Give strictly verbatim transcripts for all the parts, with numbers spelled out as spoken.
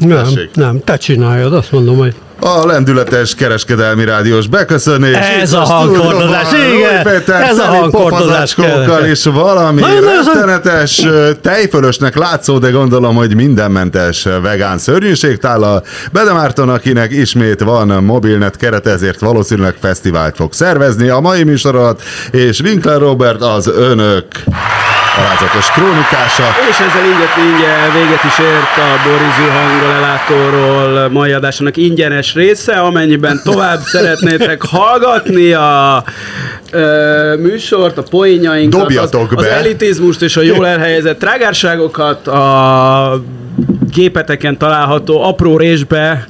Nem, Tessék. nem, te csináljad, azt mondom, hogy... A lendületes kereskedelmi rádiós beköszönés. Ez a hangkordozás, igen, ez a hangkordozás kell. És valami rettenetes, tejfölösnek látszó, de gondolom, hogy mindenmentes vegán szörnyűségtállal. Bede Márton, akinek ismét van mobilnet kerete, ezért valószínűleg fesztivált fog szervezni a mai műsorodat, és Winkler Robert az önök alázatos krónikása. És ezzel ingyen, ingyen véget is ért a Borizű hangolelátóról mai adásának ingyenes része, amennyiben tovább szeretnétek hallgatni a ö, műsort, a poénjainkat, Dobjatok az, az elitizmust és a jól elhelyezett trágárságokat, a gépeteken található apró résbe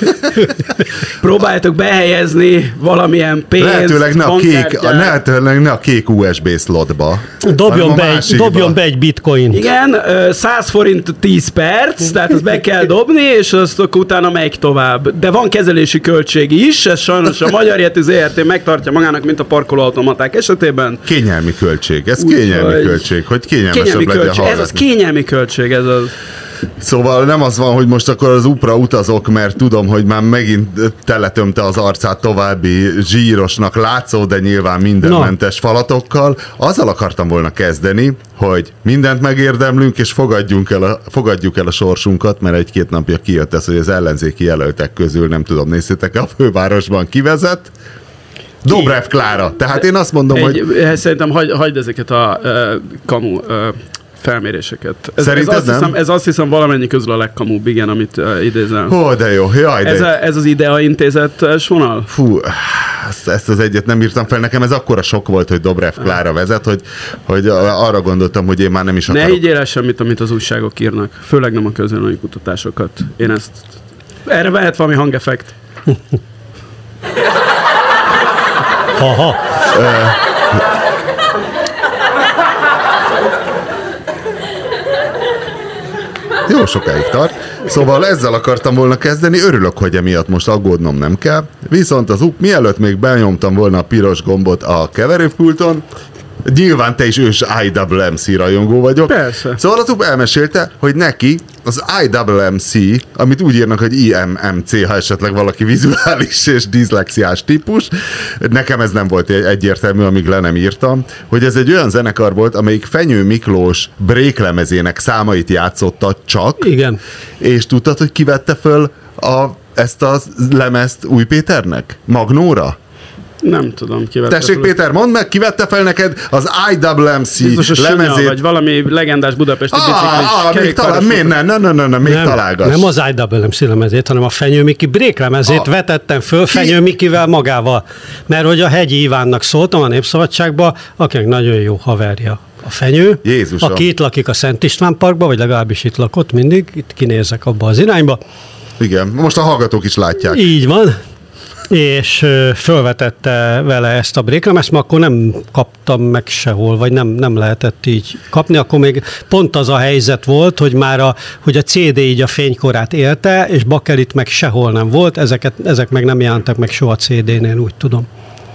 próbáljátok behelyezni valamilyen pénzt. Lehetőleg ne a kék, lehetőleg ne a kék u es bé slotba. Dobjon, be egy, dobjon be egy bitcoin. Igen, száz forint tíz perc, tehát azt be kell dobni, és azt utána megy tovább. De van kezelési költség is, ez sajnos a Magyar Yeti zé er té megtartja magának, mint a parkolóautomaták esetében. Kényelmi költség, ez Úgy, kényelmi hogy költség, hogy kényelmesebb kényelmi legyen költség. Ez az kényelmi költség, ez az. Szóval nem az van, hogy most akkor az upra utazok, mert tudom, hogy már megint teletömte az arcát további zsírosnak látszó, de nyilván mindenmentes no. falatokkal. Azzal akartam volna kezdeni, hogy mindent megérdemlünk, és fogadjunk el a, fogadjuk el a sorsunkat, mert egy-két napja kijött ez, hogy az ellenzéki jelöltek közül, nem tudom, nézzétek, a fővárosban kivezet. Dobrev Klára. Tehát én azt mondom, egy, hogy... Szerintem hagy, hagyd ezeket a uh, kamu... Uh, felméréseket. Ez, ez, azt hiszem, ez azt hiszem valamennyi közül a legkamúbb, igen, amit uh, idézel. Ó, de jó. Jaj, de ez, a, ez az IDEA intézetes vonal? Fú, ezt, ezt az egyet nem írtam fel. Nekem ez akkora sok volt, hogy Dobrev Klára vezet, hogy, hogy arra gondoltam, hogy én már nem is akarok. Ne higgyél el semmit, amit az újságok írnak. Főleg nem a közvélemény kutatásokat. Én ezt... Erre vehet valami hangeffekt. Haha. Jó sokáig tart. Szóval ezzel akartam volna kezdeni, örülök, hogy emiatt most aggódnom nem kell. Viszont az up, mielőtt még benyomtam volna a piros gombot a keverőpulton, nyilván te is ős I W M C rajongó vagyok. Persze. Szóval az up elmesélte, hogy neki az I W M C, amit úgy írnak, hogy I M M C, ha esetleg valaki vizuális és diszlexiás típus, nekem ez nem volt egyértelmű, amíg le nem írtam, hogy ez egy olyan zenekar volt, amelyik Fenyő Miklós breaklemezének számait játszotta csak. Igen. És tudtad, hogy ki vette föl a, ezt a lemezt Új Péternek? Magnóra? Nem tudom, ki vette Tessék, fel. Péter, mondd meg, ki vette fel neked az I W M C Biztos a lemezét? Sinya, vagy valami legendás budapesti ah, biciklis. Ah, még talál, miért ne, ne, ne, ne, ne, még nem, találgass. Nem az I W M C lemezét, hanem a Fenyő Miki breaklemezét ah. vetettem föl Fenyő Mikivel magával. Mert hogy a Hegyi Ivánnak szóltam a Népszabadságba, akinek nagyon jó haverja a Fenyő, Jézusom. aki itt lakik a Szent István Parkban, vagy legalábbis itt lakott mindig, itt kinézek abba az irányba. Igen, most a hallgatók is látják. Így van. És fölvetette vele ezt a breaklemezt, mert akkor nem kaptam meg sehol, vagy nem, nem lehetett így kapni, akkor még pont az a helyzet volt, hogy már a, hogy a cé dé így a fénykorát élte, és bakelit meg sehol nem volt, ezeket, ezek meg nem jelentek meg soha cé dé-nél, úgy tudom.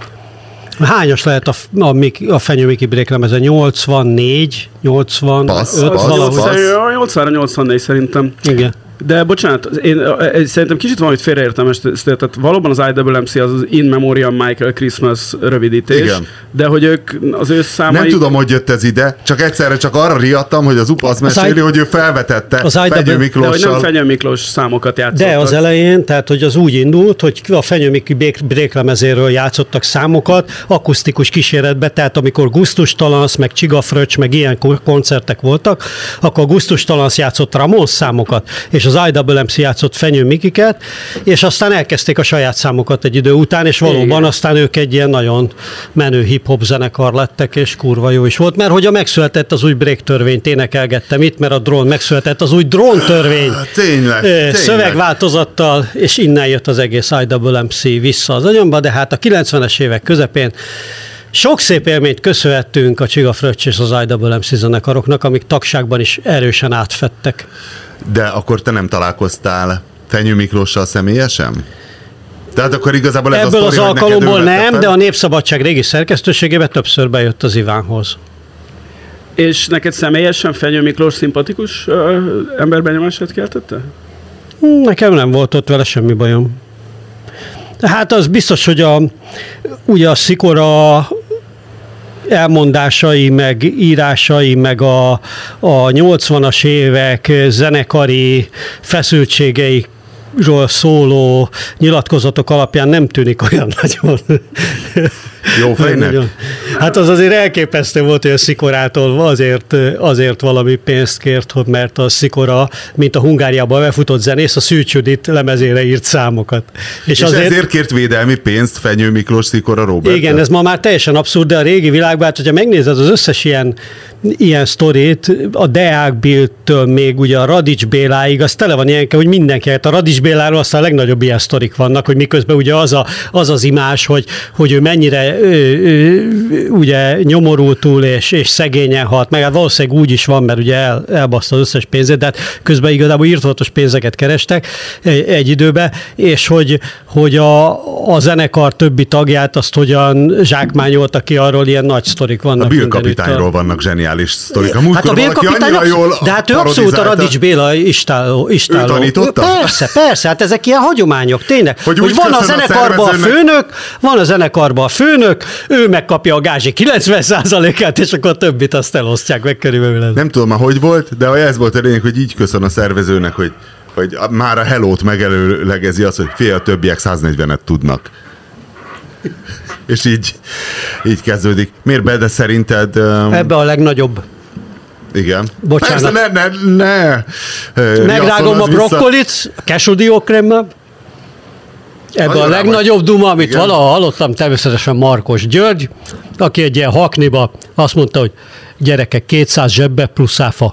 Hányas lehet a, a, a Fenyő Miki breaklemeze? nyolcvannégy, nyolcvanöt, passz, valahogy. nyolcvanra nyolcvannégy szerintem. Igen. De bocsánat, én szerintem kicsit valamit félreértem, tehát valóban az I W M C az az In Memoriam Michael Christmas rövidítés, igen. De hogy ők az ő számai... Nem tudom, hogy jött ez ide, csak egyszerre csak arra riadtam, hogy az upa azt meséli, I... hogy ő felvetette Fenyő Miklóssal. De hogy nem Fenyő Miklós számokat játszottak. De az elején, tehát hogy az úgy indult, hogy a Fenyő Miki breaklemezéről játszottak számokat, akusztikus kíséretbe, tehát amikor Gusztustalansz, meg Csigafröccs, meg ilyen koncertek voltak, akkor Gusztustalansz játszott Ramones számokat, és az I W M C játszott Fenyő Mikiket, és aztán elkezdték a saját számokat egy idő után, és valóban igen. Aztán ők egy ilyen nagyon menő hip-hop zenekar lettek, és kurva jó is volt, mert hogy a megszületett az új break törvényt énekelgettem itt, mert a drón megszületett az új drón törvény. Tényleg, tényleg. Szövegváltozattal, és innen jött az egész I W M C vissza az agyamba, de hát a kilencvenes évek közepén sok szép élményt köszönhettünk a Csigafröccs és az I W M C zenekaroknak, amik tagságban is erősen átfettek. De akkor te nem találkoztál Fenyő Miklóssal személyesen? Tehát akkor igazából ez ebből a sztori, az alkalomból nem, fel? De a Népszabadság régi szerkesztőségében többször bejött az Ivánhoz. És neked személyesen Fenyő Miklós szimpatikus uh, emberbenyomását keltette? Nekem nem volt ott vele semmi bajom. Hát az biztos, hogy a, ugye a Szikora elmondásai, meg írásai, meg a, a nyolcvanas évek zenekari feszültségeiről szóló nyilatkozatok alapján nem tűnik olyan nagyon... Jó fejnek? Hát az azért elképesztő volt, hogy a Szikorától azért, azért valami pénzt kért, mert a Szikora, mint a Hungáriában befutott zenész, a Szűcs Judit lemezére írt számokat. És, és azért, ezért kért védelmi pénzt Fenyő Miklós, Szikora, Róbert? Igen, ez ma már teljesen abszurd, de a régi világban, hát, hogyha megnézed az összes ilyen, ilyen sztorit, a Deák Billtől még ugye a Radics Béláig, az tele van ilyen, hogy mindenki, hát a Radics Béláról aztán a legnagyobb ilyen sztorik vannak, hogy miközben ugye az a, az, az imázs, hogy, hogy ő mennyire ő, ő, ugye nyomorultul és, és szegényen halt, meg hát valószínűleg úgy is van, mert ugye el, elbaszta az összes pénzét, de hát közben igazából írtózatos pénzeket kerestek egy, egy időben, és hogy, hogy a, a zenekar többi tagját azt hogyan zsákmányoltak ki, arról ilyen nagy sztorik vannak. A Bill kapitányról vannak zseniális sztorik. A hát a Bill kapitány, de hát ő abszolút a Radics Béla istáló. istáló. Ő tanította? Persze, persze, hát ezek ilyen hagyományok, tényleg. Hogy, hogy van a zenekarban a, a főnök, van a zenekarban a főnök, ő megkapja a gázsi kilencven százalékát, és akkor a többit azt elosztják meg körülbelül. Nem tudom már, hogy volt, de ez volt a lényeg, hogy így köszön a szervezőnek, hogy, hogy már a Hello-t megelőlegezi az, hogy fél a többiek száznegyvenet tudnak. És így, így kezdődik. Miért be, de szerinted... Um... Ebbe a legnagyobb. Igen. Bocsánat. Persze, ne, ne, ne. Megrágom a brokkolit, a kesodiókremmel. Ebben a legnagyobb duma, amit igen. valaha hallottam, természetesen Markos György, aki egy ilyen hakniba azt mondta, hogy gyerekek, kétszáz zsebbe plusz áfa.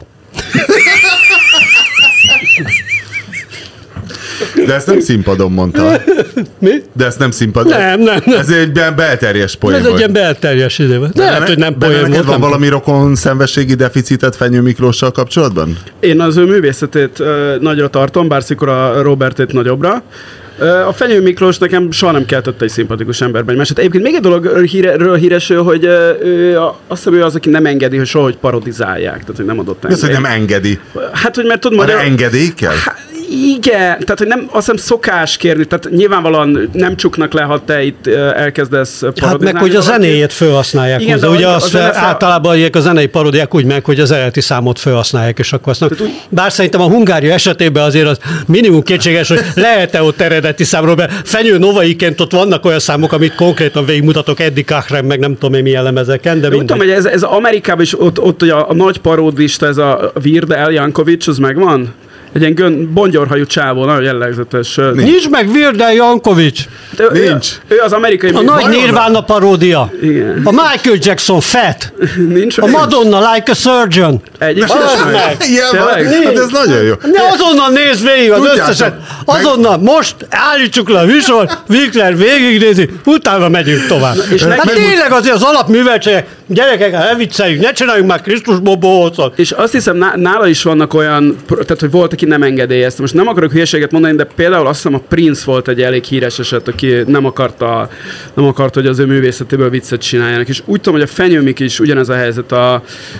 De ezt nem színpadon mondta. Mi? De ezt nem színpadon. Nem, nem, nem. Ez egy ilyen belterjes poén. Ez egy ilyen belterjes idő volt. De lehet, hogy nem poén volt. Neked van valami rokon szenvességi deficitet Fenyő Miklóssal kapcsolatban? Én az ő művészetét uh, nagyra tartom, bár Szikora Robertét nagyobbra. A Fenyő Miklós nekem soha nem keltett egy szimpatikus emberben. Mert egyébként még egy dologról híre, híres, hogy ő, azt hiszem, ő az, aki nem engedi, hogy soha, hogy parodizálják. Tehát, hogy nem adott engedélyt. Ez, hogy nem engedi. Hát, hogy mert tudod, magyar... engedély kell? Hát, igen, tehát, hogy nem, azt hiszem szokás kérni, tehát nyilvánvalóan nem csuknak le, ha te itt elkezdesz parodizálni. Hát meg, hogy a zenéjét felhasználják igen, hozzá. Ugye az fel, általában a zenei paródiák úgy meg, hogy az eredeti számot felhasználják, és akkor azt úgy... Bár szerintem a Hungária esetében azért az minimum kétséges, hogy lehet-e ott eredeti számról, mert Fenyő Novaiként ott vannak olyan számok, amit konkrétan végigmutatok, Eddie Kachrem, meg nem tudom én milyen lemezeken, de, de úgy tudom, hogy ez, ez Amerikában is ott, ott ugye a, a nagy paródista, ez a Weird Al Yankovic, az megvan? Egy ilyen gön, bongyorhajú csávó, nagyon jellegzetes. Nincs, Nincs meg Weird Al Yankovic. Ő, Nincs. Ő, ő az amerikai... A nagy Nirvana paródia. Igen. A Michael Jackson Fat. Nincs. A Madonna Like a Surgeon. Egyik meg. Hát ez nagyon jó. Ne azonnal nézd végig az Tudjátok, összeset. Azonnal, most állítsuk le a műsort, Vikler végignézi, utána megyünk tovább. Na, és hát meg, tényleg azért az alapműveltségek, gyerekek, ne vicceljük, ne csináljunk már Krisztus bombócot. És azt hiszem, nála is vannak olyan, tehát hogy volt, aki nem engedélyezte. Most nem akarok hülyeséget mondani, de például azt hiszem a Prince volt egy elég híres eset, aki nem akarta, nem akarta, hogy az ő művészetéből viccet csináljanak. És úgy tudom, hogy a Fenyő Miki is ugyanez a helyzet a,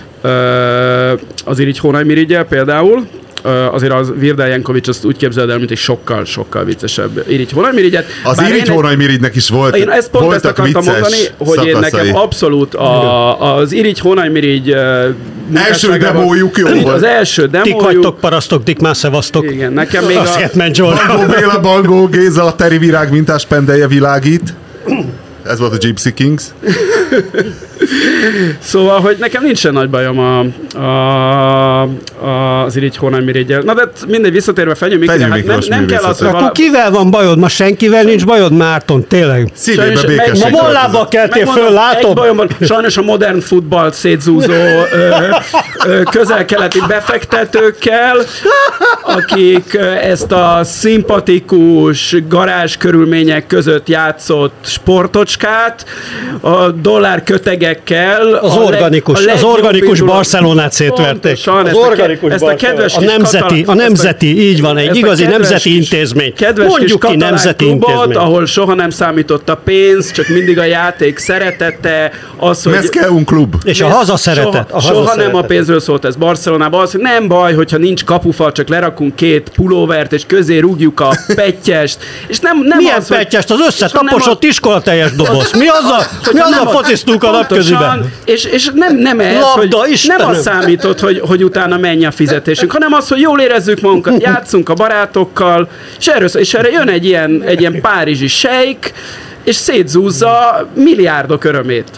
az Irigy Hónai Mirigyel például. Azért az Weird Al Yankovic azt úgy képzeld el, mint egy sokkal, sokkal viccesebb Irigy Hónai Mirigyet. Az Irigy Hónai Mirigynek is volt, én ezt pont ezt akartam mondani, hogy én nekem abszolút a, az Irigy Hónai Mirigy első demójuk jó volt. Az első demójuk. Tik vagytok, parasztok, tik már szevasztok. Igen, nekem még a... Bangó Béla, Bangó Géza, a Teri Virág mintás pendelje világít. Ez volt a Gypsy Kings. Szóval, hogy nekem nincsen nagy bajom a, a, a, az Irigy Hónai Mirigyel. Na de mindegy, visszatérve Fenyő Miklósra, hát nem, nem kell az, hogy vala... Akkor kivel van bajod? Ma senkivel nincs bajod, Márton, tényleg? Szívébe békesség. Ma mollába keltél föl, látom. Egy bajom van, sajnos a modern futballt szétzúzó ö, ö, közel-keleti befektetőkkel, akik ezt a szimpatikus garázs körülmények között játszott sportocskát, a dollár kötegekkel. Az organikus, leg, az organikus Barcelonát barcelonát szétverték. Pontosan, az ezt a, organikus ezt a kedves a kis nemzeti, katalán, a nemzeti, így van, egy igazi nemzeti kis, intézmény. Kedves Mondjuk kis ki nemzeti klubot, intézmény. ahol soha nem számított a pénz, csak mindig a játék szeretete, az, hogy... Meszkeun klub. És a haza szeretet. Soha, a haza soha szeretet. nem a pénzről szólt ez Barcelonában, az, hogy nem baj, hogyha nincs kapufal, csak lerakunk két pulóvert, és közé rúgjuk a pettyest. És nem, nem Milyen az, pettyest? Az és összetaposott nem iskolateljes doboz. Mi az a, mi az a fociztunk a napköziben? És, és nem, nem ez, Labda, hogy Istenem. nem az számított, hogy, hogy utána mennyi a fizetésünk, hanem az, hogy jól érezzük magunkat, játszunk a barátokkal, és, erről, és erre jön egy ilyen, egy ilyen párizsi sejk, és szétzúzza milliárdok örömét.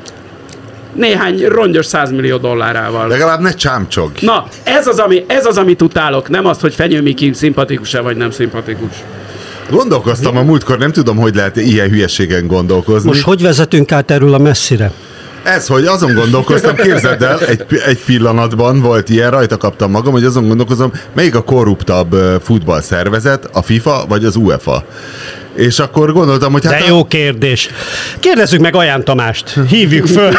Néhány rongyos százmillió dollárával. Legalább ne csámcsog. Na, ez az, ami, ez az, amit utálok, nem az, hogy Fenyő Miki szimpatikus-e vagy nem szimpatikus. Gondolkoztam a múltkor, nem tudom, hogy lehet ilyen hülyeségen gondolkozni. Most hogy vezetünk át erről a messzire? Ez, hogy azon gondolkoztam, képzeld el, egy, egy pillanatban volt ilyen, rajta kaptam magam, hogy azon gondolkozom, melyik a korruptabb futballszervezet, a FIFA vagy az UEFA. És akkor gondoltam, hogy hát... De jó kérdés. Kérdezzük meg Aján Tamást. Hívjuk föl.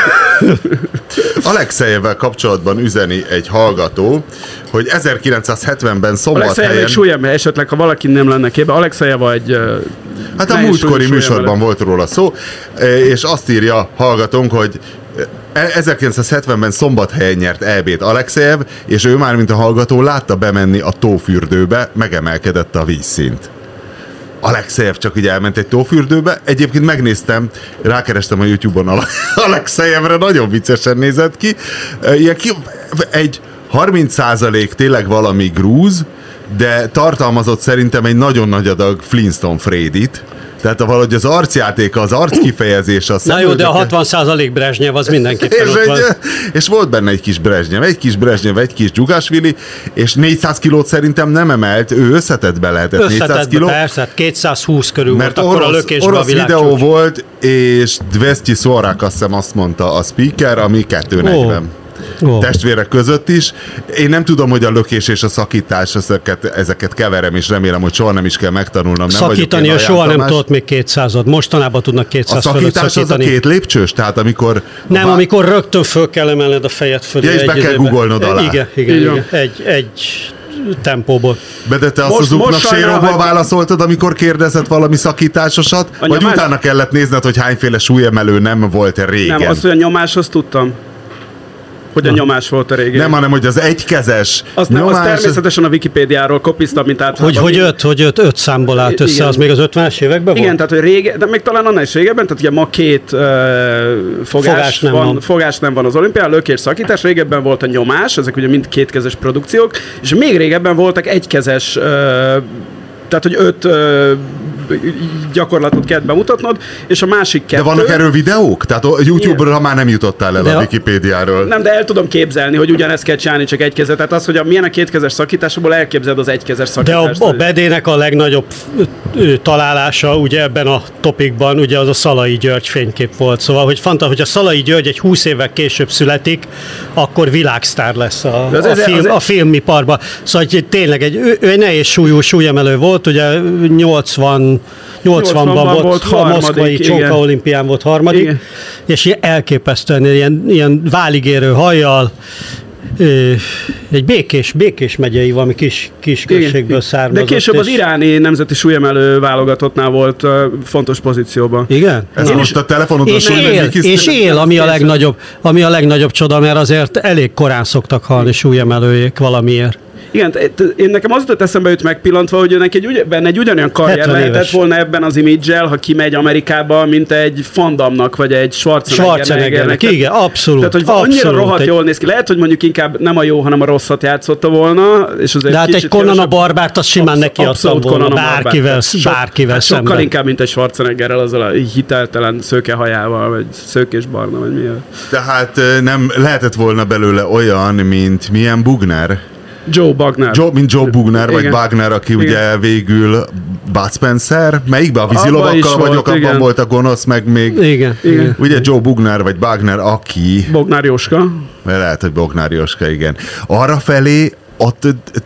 Alexejevvel kapcsolatban üzeni egy hallgató, hogy ezerkilencszázhetvenben Szombathelyen... Alexejev egy súlyem, esetleg, ha valaki nem lenne képbe, Alexejev egy... Hát a múltkori műsorban volt róla szó, és azt írja hallgatónk, hogy ezerkilencszázhetvenben Szombathelyen nyert é bét Alexejev, és ő már, mint a hallgató, látta bemenni a tófürdőbe, megemelkedett a vízszint. Alexejev csak így elment egy tófürdőbe. Egyébként megnéztem, rákerestem a YouTube-on Alexejevre, nagyon viccesen nézett ki. Ilyen ki egy harminc százalék tényleg valami grúz, de tartalmazott szerintem egy nagyon nagy adag Flintstone Freddyt. Tehát valahogy az arcjátéka, az arckifejezés, a Na jó, de a hatvan százalék Brezsnyev az mindenképpen és, ott van. egy, és volt benne egy kis Brezsnyev, egy kis Brezsnyev, egy kis Dzsugásvili, és négyszáz kilót szerintem nem emelt, ő összetettbe lehetett négyszáz Összetettbe, kiló. persze, kétszázhúsz körül Mert volt akkor orosz, a lökésben orosz a világcsúcs. videó volt, és dvesto szorák, azt hiszem azt mondta a speaker, ami kétszáznegyven. Oh. Oh. Testvérek között is. Én nem tudom, hogy a lökés és a szakítás, ezeket, ezeket keverem, és remélem, hogy soha nem is kell megtanulnom. Szakítani, hogy soha nem tudott még kétszázad. Mostanában tudnak kétszáz fölött szakítani. A szakítás az a két lépcsős? Tehát amikor... Nem, vá... amikor rögtön föl kell emelned a fejed fölé. Ja, és be kell googolnod alá. Igen, igen, igen. Egy, egy tempóból. De, de te azt az uknak séróból válaszoltad, amikor kérdezett valami szakításosat, vagy nyomás... utána kellett nézned, hogy hányféle súlyemelő nem volt régen? Nem, azt, hogy a nyomáshoz tudtam. Hogy a nyomás volt a régen. Nem, hanem hogy az egykezes azt nyomás... Nem, azt természetesen a Wikipédiáról kopiztam, mint általában. Hogy, hogy öt, hogy öt, öt számból állt össze, igen. Az még az ötvenes években volt? Igen, tehát hogy régen, de még talán annál is régebben, tehát ugye ma két uh, fogás, fogás, nem van, van. fogás nem van az olimpián, lökés, szakítás, régebben volt a nyomás, ezek ugye mind kétkezes produkciók, és még régebben voltak egykezes, uh, tehát hogy öt uh, gyakorlatot kellett bemutatnod, és a másik kettő... De vannak erről videók? Tehát a YouTube-ra igen. Már nem jutottál el de a Wikipédiáról. Nem, de el tudom képzelni, hogy ugyanezt kell csinálni, csak egy kezet. Tehát az, hogy a, milyen a kétkezes szakításból elképzeled az egykezes szakítást. De a, a Bedének a legnagyobb találása ugye ebben a topikban, ugye az a Szalai György fénykép volt. Szóval, hogy fanta, hogy a Szalai György egy húsz évvel később születik, akkor világsztár lesz a, az a, film, a filmiparban. Szóval hogy tényleg egy, ő, ő egy nehéz súlyú súlyemelő volt, ugye nyolcvan nyolcvanban volt, volt a moszkvai Csonka olimpián volt harmadik, igen. És ilyen elképesztően ilyen, ilyen váligérő hajjal, egy békés, békés megyei valami kis, kis községből származott. De később az iráni nemzeti súlyemelő válogatottnál volt uh, fontos pozícióban. Igen? Ez most a telefonodon és él, és él, ami a, legnagyobb, ami a legnagyobb csoda, mert azért elég korán szoktak halni súlyemelőjék valamiért. Igen, én nekem az jutott eszembe jut megpillantva, hogy neki egy, benne egy ugyanolyan karrier lehetett éves. volna ebben az imidzsel, ha kimegy Amerikába, mint egy Van Damme-nak, vagy egy Schwarzeneggernek. Schwarzeneggernek, igen, abszolút. Tehát, hogy abszolút, annyira rohadt egy... jól néz ki. Lehet, hogy mondjuk inkább nem a jó, hanem a rosszat játszotta volna. És az de hát egy Conan a Barbárt, az simán neki adtam volna, bárkivel, so, bárkivel hát szemben. Sokkal inkább, mint egy Schwarzeneggerrel, azzal a hiteltelen szőkehajával, vagy szőkés barna, vagy milyen. Tehát nem lehetett volna belőle olyan, mint milyen Bugner. Joe Bugner. Joe, mint Joe Bugner, vagy Bugner, aki igen. ugye végül Bud Spencer, melyikben a vízilovakkal vagyok, abban igen. volt a gonosz, meg még... Igen. igen. Ugye Joe Bugner, vagy Bugner, aki... Bognár Jóska. Lehet, hogy Bognár Jóska, igen. Arra felé ott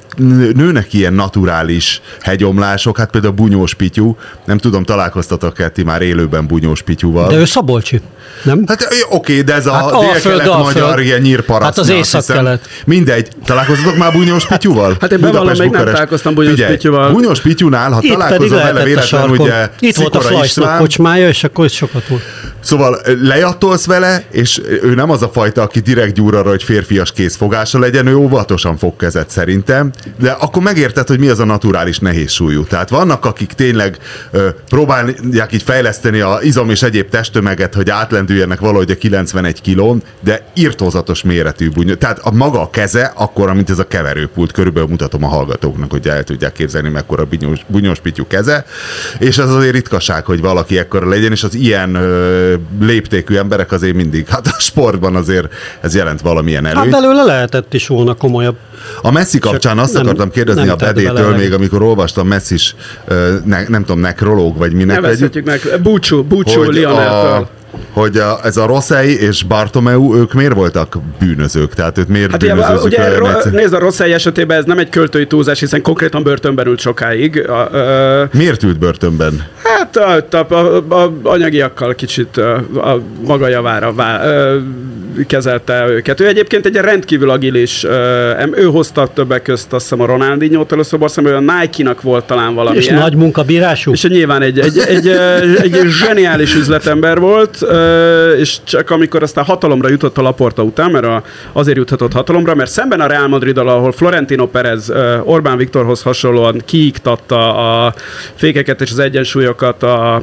nőnek ilyen naturális hegyomlások, hát például Bunyós Pityu, nem tudom, találkoztatok-e ti már élőben Bunyós Pityuval. De ő szabolcsi, nem? Hát oké, okay, de ez a hát délkelet-magyar ilyen nyírparaszt. Hát az északkelet. Mindegy. Találkoztatok már Bunyós Pityuval? Hát én bevallom, még nem találkoztam Bunyós Pityuval. Bunyós Pityunál, ha itt találkozol vele véletlen, ugye itt volt a Flajsznak kocsmája, és akkor is sokat volt. Szóval lejattolsz vele, és ő nem az a fajta, aki direkt gyúr arra, hogy férfias kézfogása legyen, ő óvatosan fog kezet szerintem, de akkor megérted, hogy mi az a naturális nehéz súlyú. Tehát vannak, akik tényleg ö, próbálják így fejleszteni a izom és egyéb testtömeget, hogy átlendüljenek valahogy a kilencvenegy kilón, de irtózatos méretű bunyó. Tehát a maga a keze akkora, mint ez a keverőpult. Körülbelül mutatom a hallgatóknak, hogy el tudják képzelni, mekkora Bunyós, Bunyós Pityu keze. És ez azért ritkaság, hogy valaki ekkora legyen, és az ilyen ö, léptékű emberek azért mindig, hát a sportban azért ez jelent valamilyen előnyt. Hát belőle lehetett is volna komolyabb. A Messi kapcsán azt nem, akartam kérdezni a Bedétől, még amikor olvastam Messis, ne, nem tudom, nekrológ, vagy minek. Nevezhetjük meg, Búcsú, Búcsú Lionel-től. Hogy a, ez a Rossei és Bartomeu, ők miért voltak bűnözők? Tehát őt miért hát bűnözőzők? Ugye, ugye nézd, a Rossei esetében ez nem egy költői túlzás, hiszen konkrétan börtönben ült sokáig. A, a, miért ült börtönben? Hát a, a, a, a anyagiakkal kicsit a, a maga javára vá, a, kezelte őket. Ő egyébként egy rendkívül agilis, ő hozta többek közt azt hiszem a Ronaldinho-t először, azt hiszem, hogy a Nike-nak volt talán valami. És nagy munkabírású. És nyilván egy, egy, egy, egy, egy zseniális üzletember volt, és csak amikor aztán hatalomra jutott a Laporta után, mert a, azért juthatott hatalomra, mert szemben a Real Madriddal, ahol Florentino Perez Orbán Viktorhoz hasonlóan kiiktatta a fékeket és az egyensúlyokat a,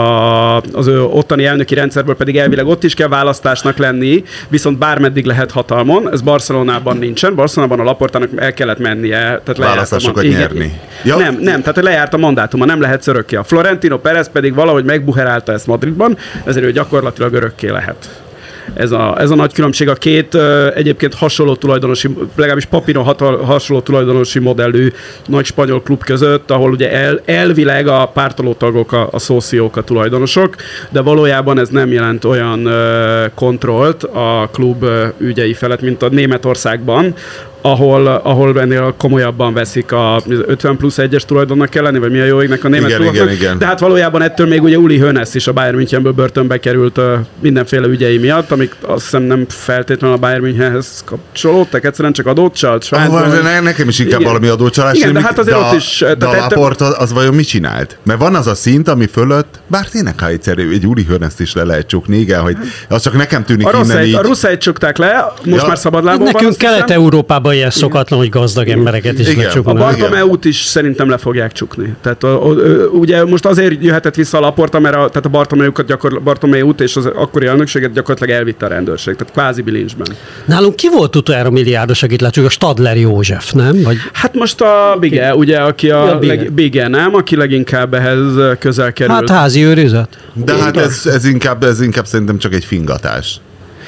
a, az ő ottani elnöki rendszerből, pedig elvileg ott is kell választásnak lenni, viszont bármeddig lehet hatalmon, ez Barcelonában nincsen, Barcelonában a Laportának el kellett mennie, tehát választásokat a, nyerni. Ja. Nem, nem, tehát lejárt a mandátuma, nem lehet örökké. A Florentino Perez pedig valahogy megbuherálta ezt Madridban, ezért ő gyakorlatilag örökké lehet. Ez a, ez a nagy különbség a két uh, egyébként hasonló tulajdonosi, legalábbis papíron hatal, hasonló tulajdonosi modellű nagy spanyol klub között, ahol ugye el, elvileg a pártolótagok, a, a szóciók, a tulajdonosok, de valójában ez nem jelent olyan uh, kontrollt a klub uh, ügyei felett, mint a Németországban, ahol, ahol ennél komolyabban veszik a ötven plusz egyes tulajdonnak kell lenni, vagy mi a jó égnek a német igen, igen, igen. De hát valójában ettől még ugye Uli Hoeneß is a Bayern Münchenből börtönbe került uh, mindenféle ügyei miatt, amik azt hiszem nem feltétlenül a Bayern Münchenhez kapcsolódtak, egyszerűen csak adóccsalt. Ah, ne, nekem is inkább igen. valami adócsalás. Igen, de hát azért de ott is. De a Laporta az vajon mit csinált? Mert van az a szint, ami fölött, bár tényleg ha egyszer egy Uli Hoeneßt is le lehet csukni, igen, hogy az csak nekem tűnik a innen így. A Russzait csukták le, most ja. már szabadlábon van. Nekünk Kelet-Európában ilyen szokatlan, hogy gazdag embereket is lecsuknak. A Bartomeut is szerintem le fogják csukni. Tehát a, a, ugye most azért jöhetett vissza a Laporta, mert a, tehát a Bartomeukat gyakor, Bartomeut és az akkori elnökséget gyakorlatilag elvitte a rendőrség, tehát kvázi bilincsben. Nálunk ki volt utoljára milliárdos, akit lecsuk? A Stadler József, nem? Vagy... Hát most a Bige, ugye, aki a, a Bige. Leg, Bige, nem? Aki leginkább ehhez közel kerül. Hát házi őrizet. De Én hát ez, ez, inkább, ez inkább szerintem csak egy fingatás.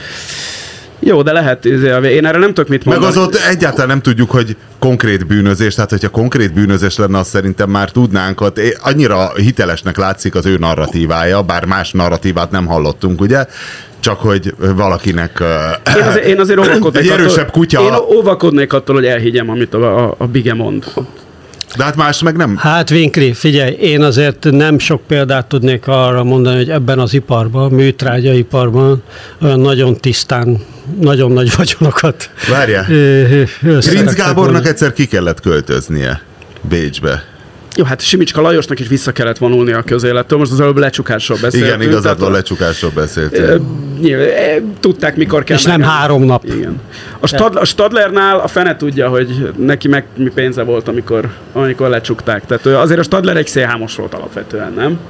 Jó, de lehet, én erre nem tudok mit mondani. Meg az ott egyáltalán nem tudjuk, hogy konkrét bűnözés, tehát hogyha konkrét bűnözés lenne, azt szerintem már tudnánk, hogy annyira hitelesnek látszik az ő narratívája, bár más narratívát nem hallottunk, ugye? Csak hogy valakinek én azért, én azért óvakodnék egy erősebb attól, kutya. Én óvakodnék attól, hogy elhiggyem, amit a, a, a Bige mond. De hát más meg nem. Hát Winkli, figyelj, én azért nem sok példát tudnék arra mondani, hogy ebben az iparban, műtrágyaiparban olyan nagyon tisztán, nagyon nagy vagyonokat. Várjál. Grinc Gábornak egyszer ki kellett költöznie Bécsbe. Jó, hát Simicska Lajosnak is vissza kellett vonulni a közélettől, most az előbb lecsukásról beszéltünk. Igen, igazadban lecsukásról beszéltünk. Tudták, mikor kell. És nem három nap. Igen. A, Stad, a Stadlernál a fene tudja, hogy neki meg mi pénze volt, amikor, amikor lecsukták. Tehát azért a Stadler egy szélhámos volt alapvetően, nem?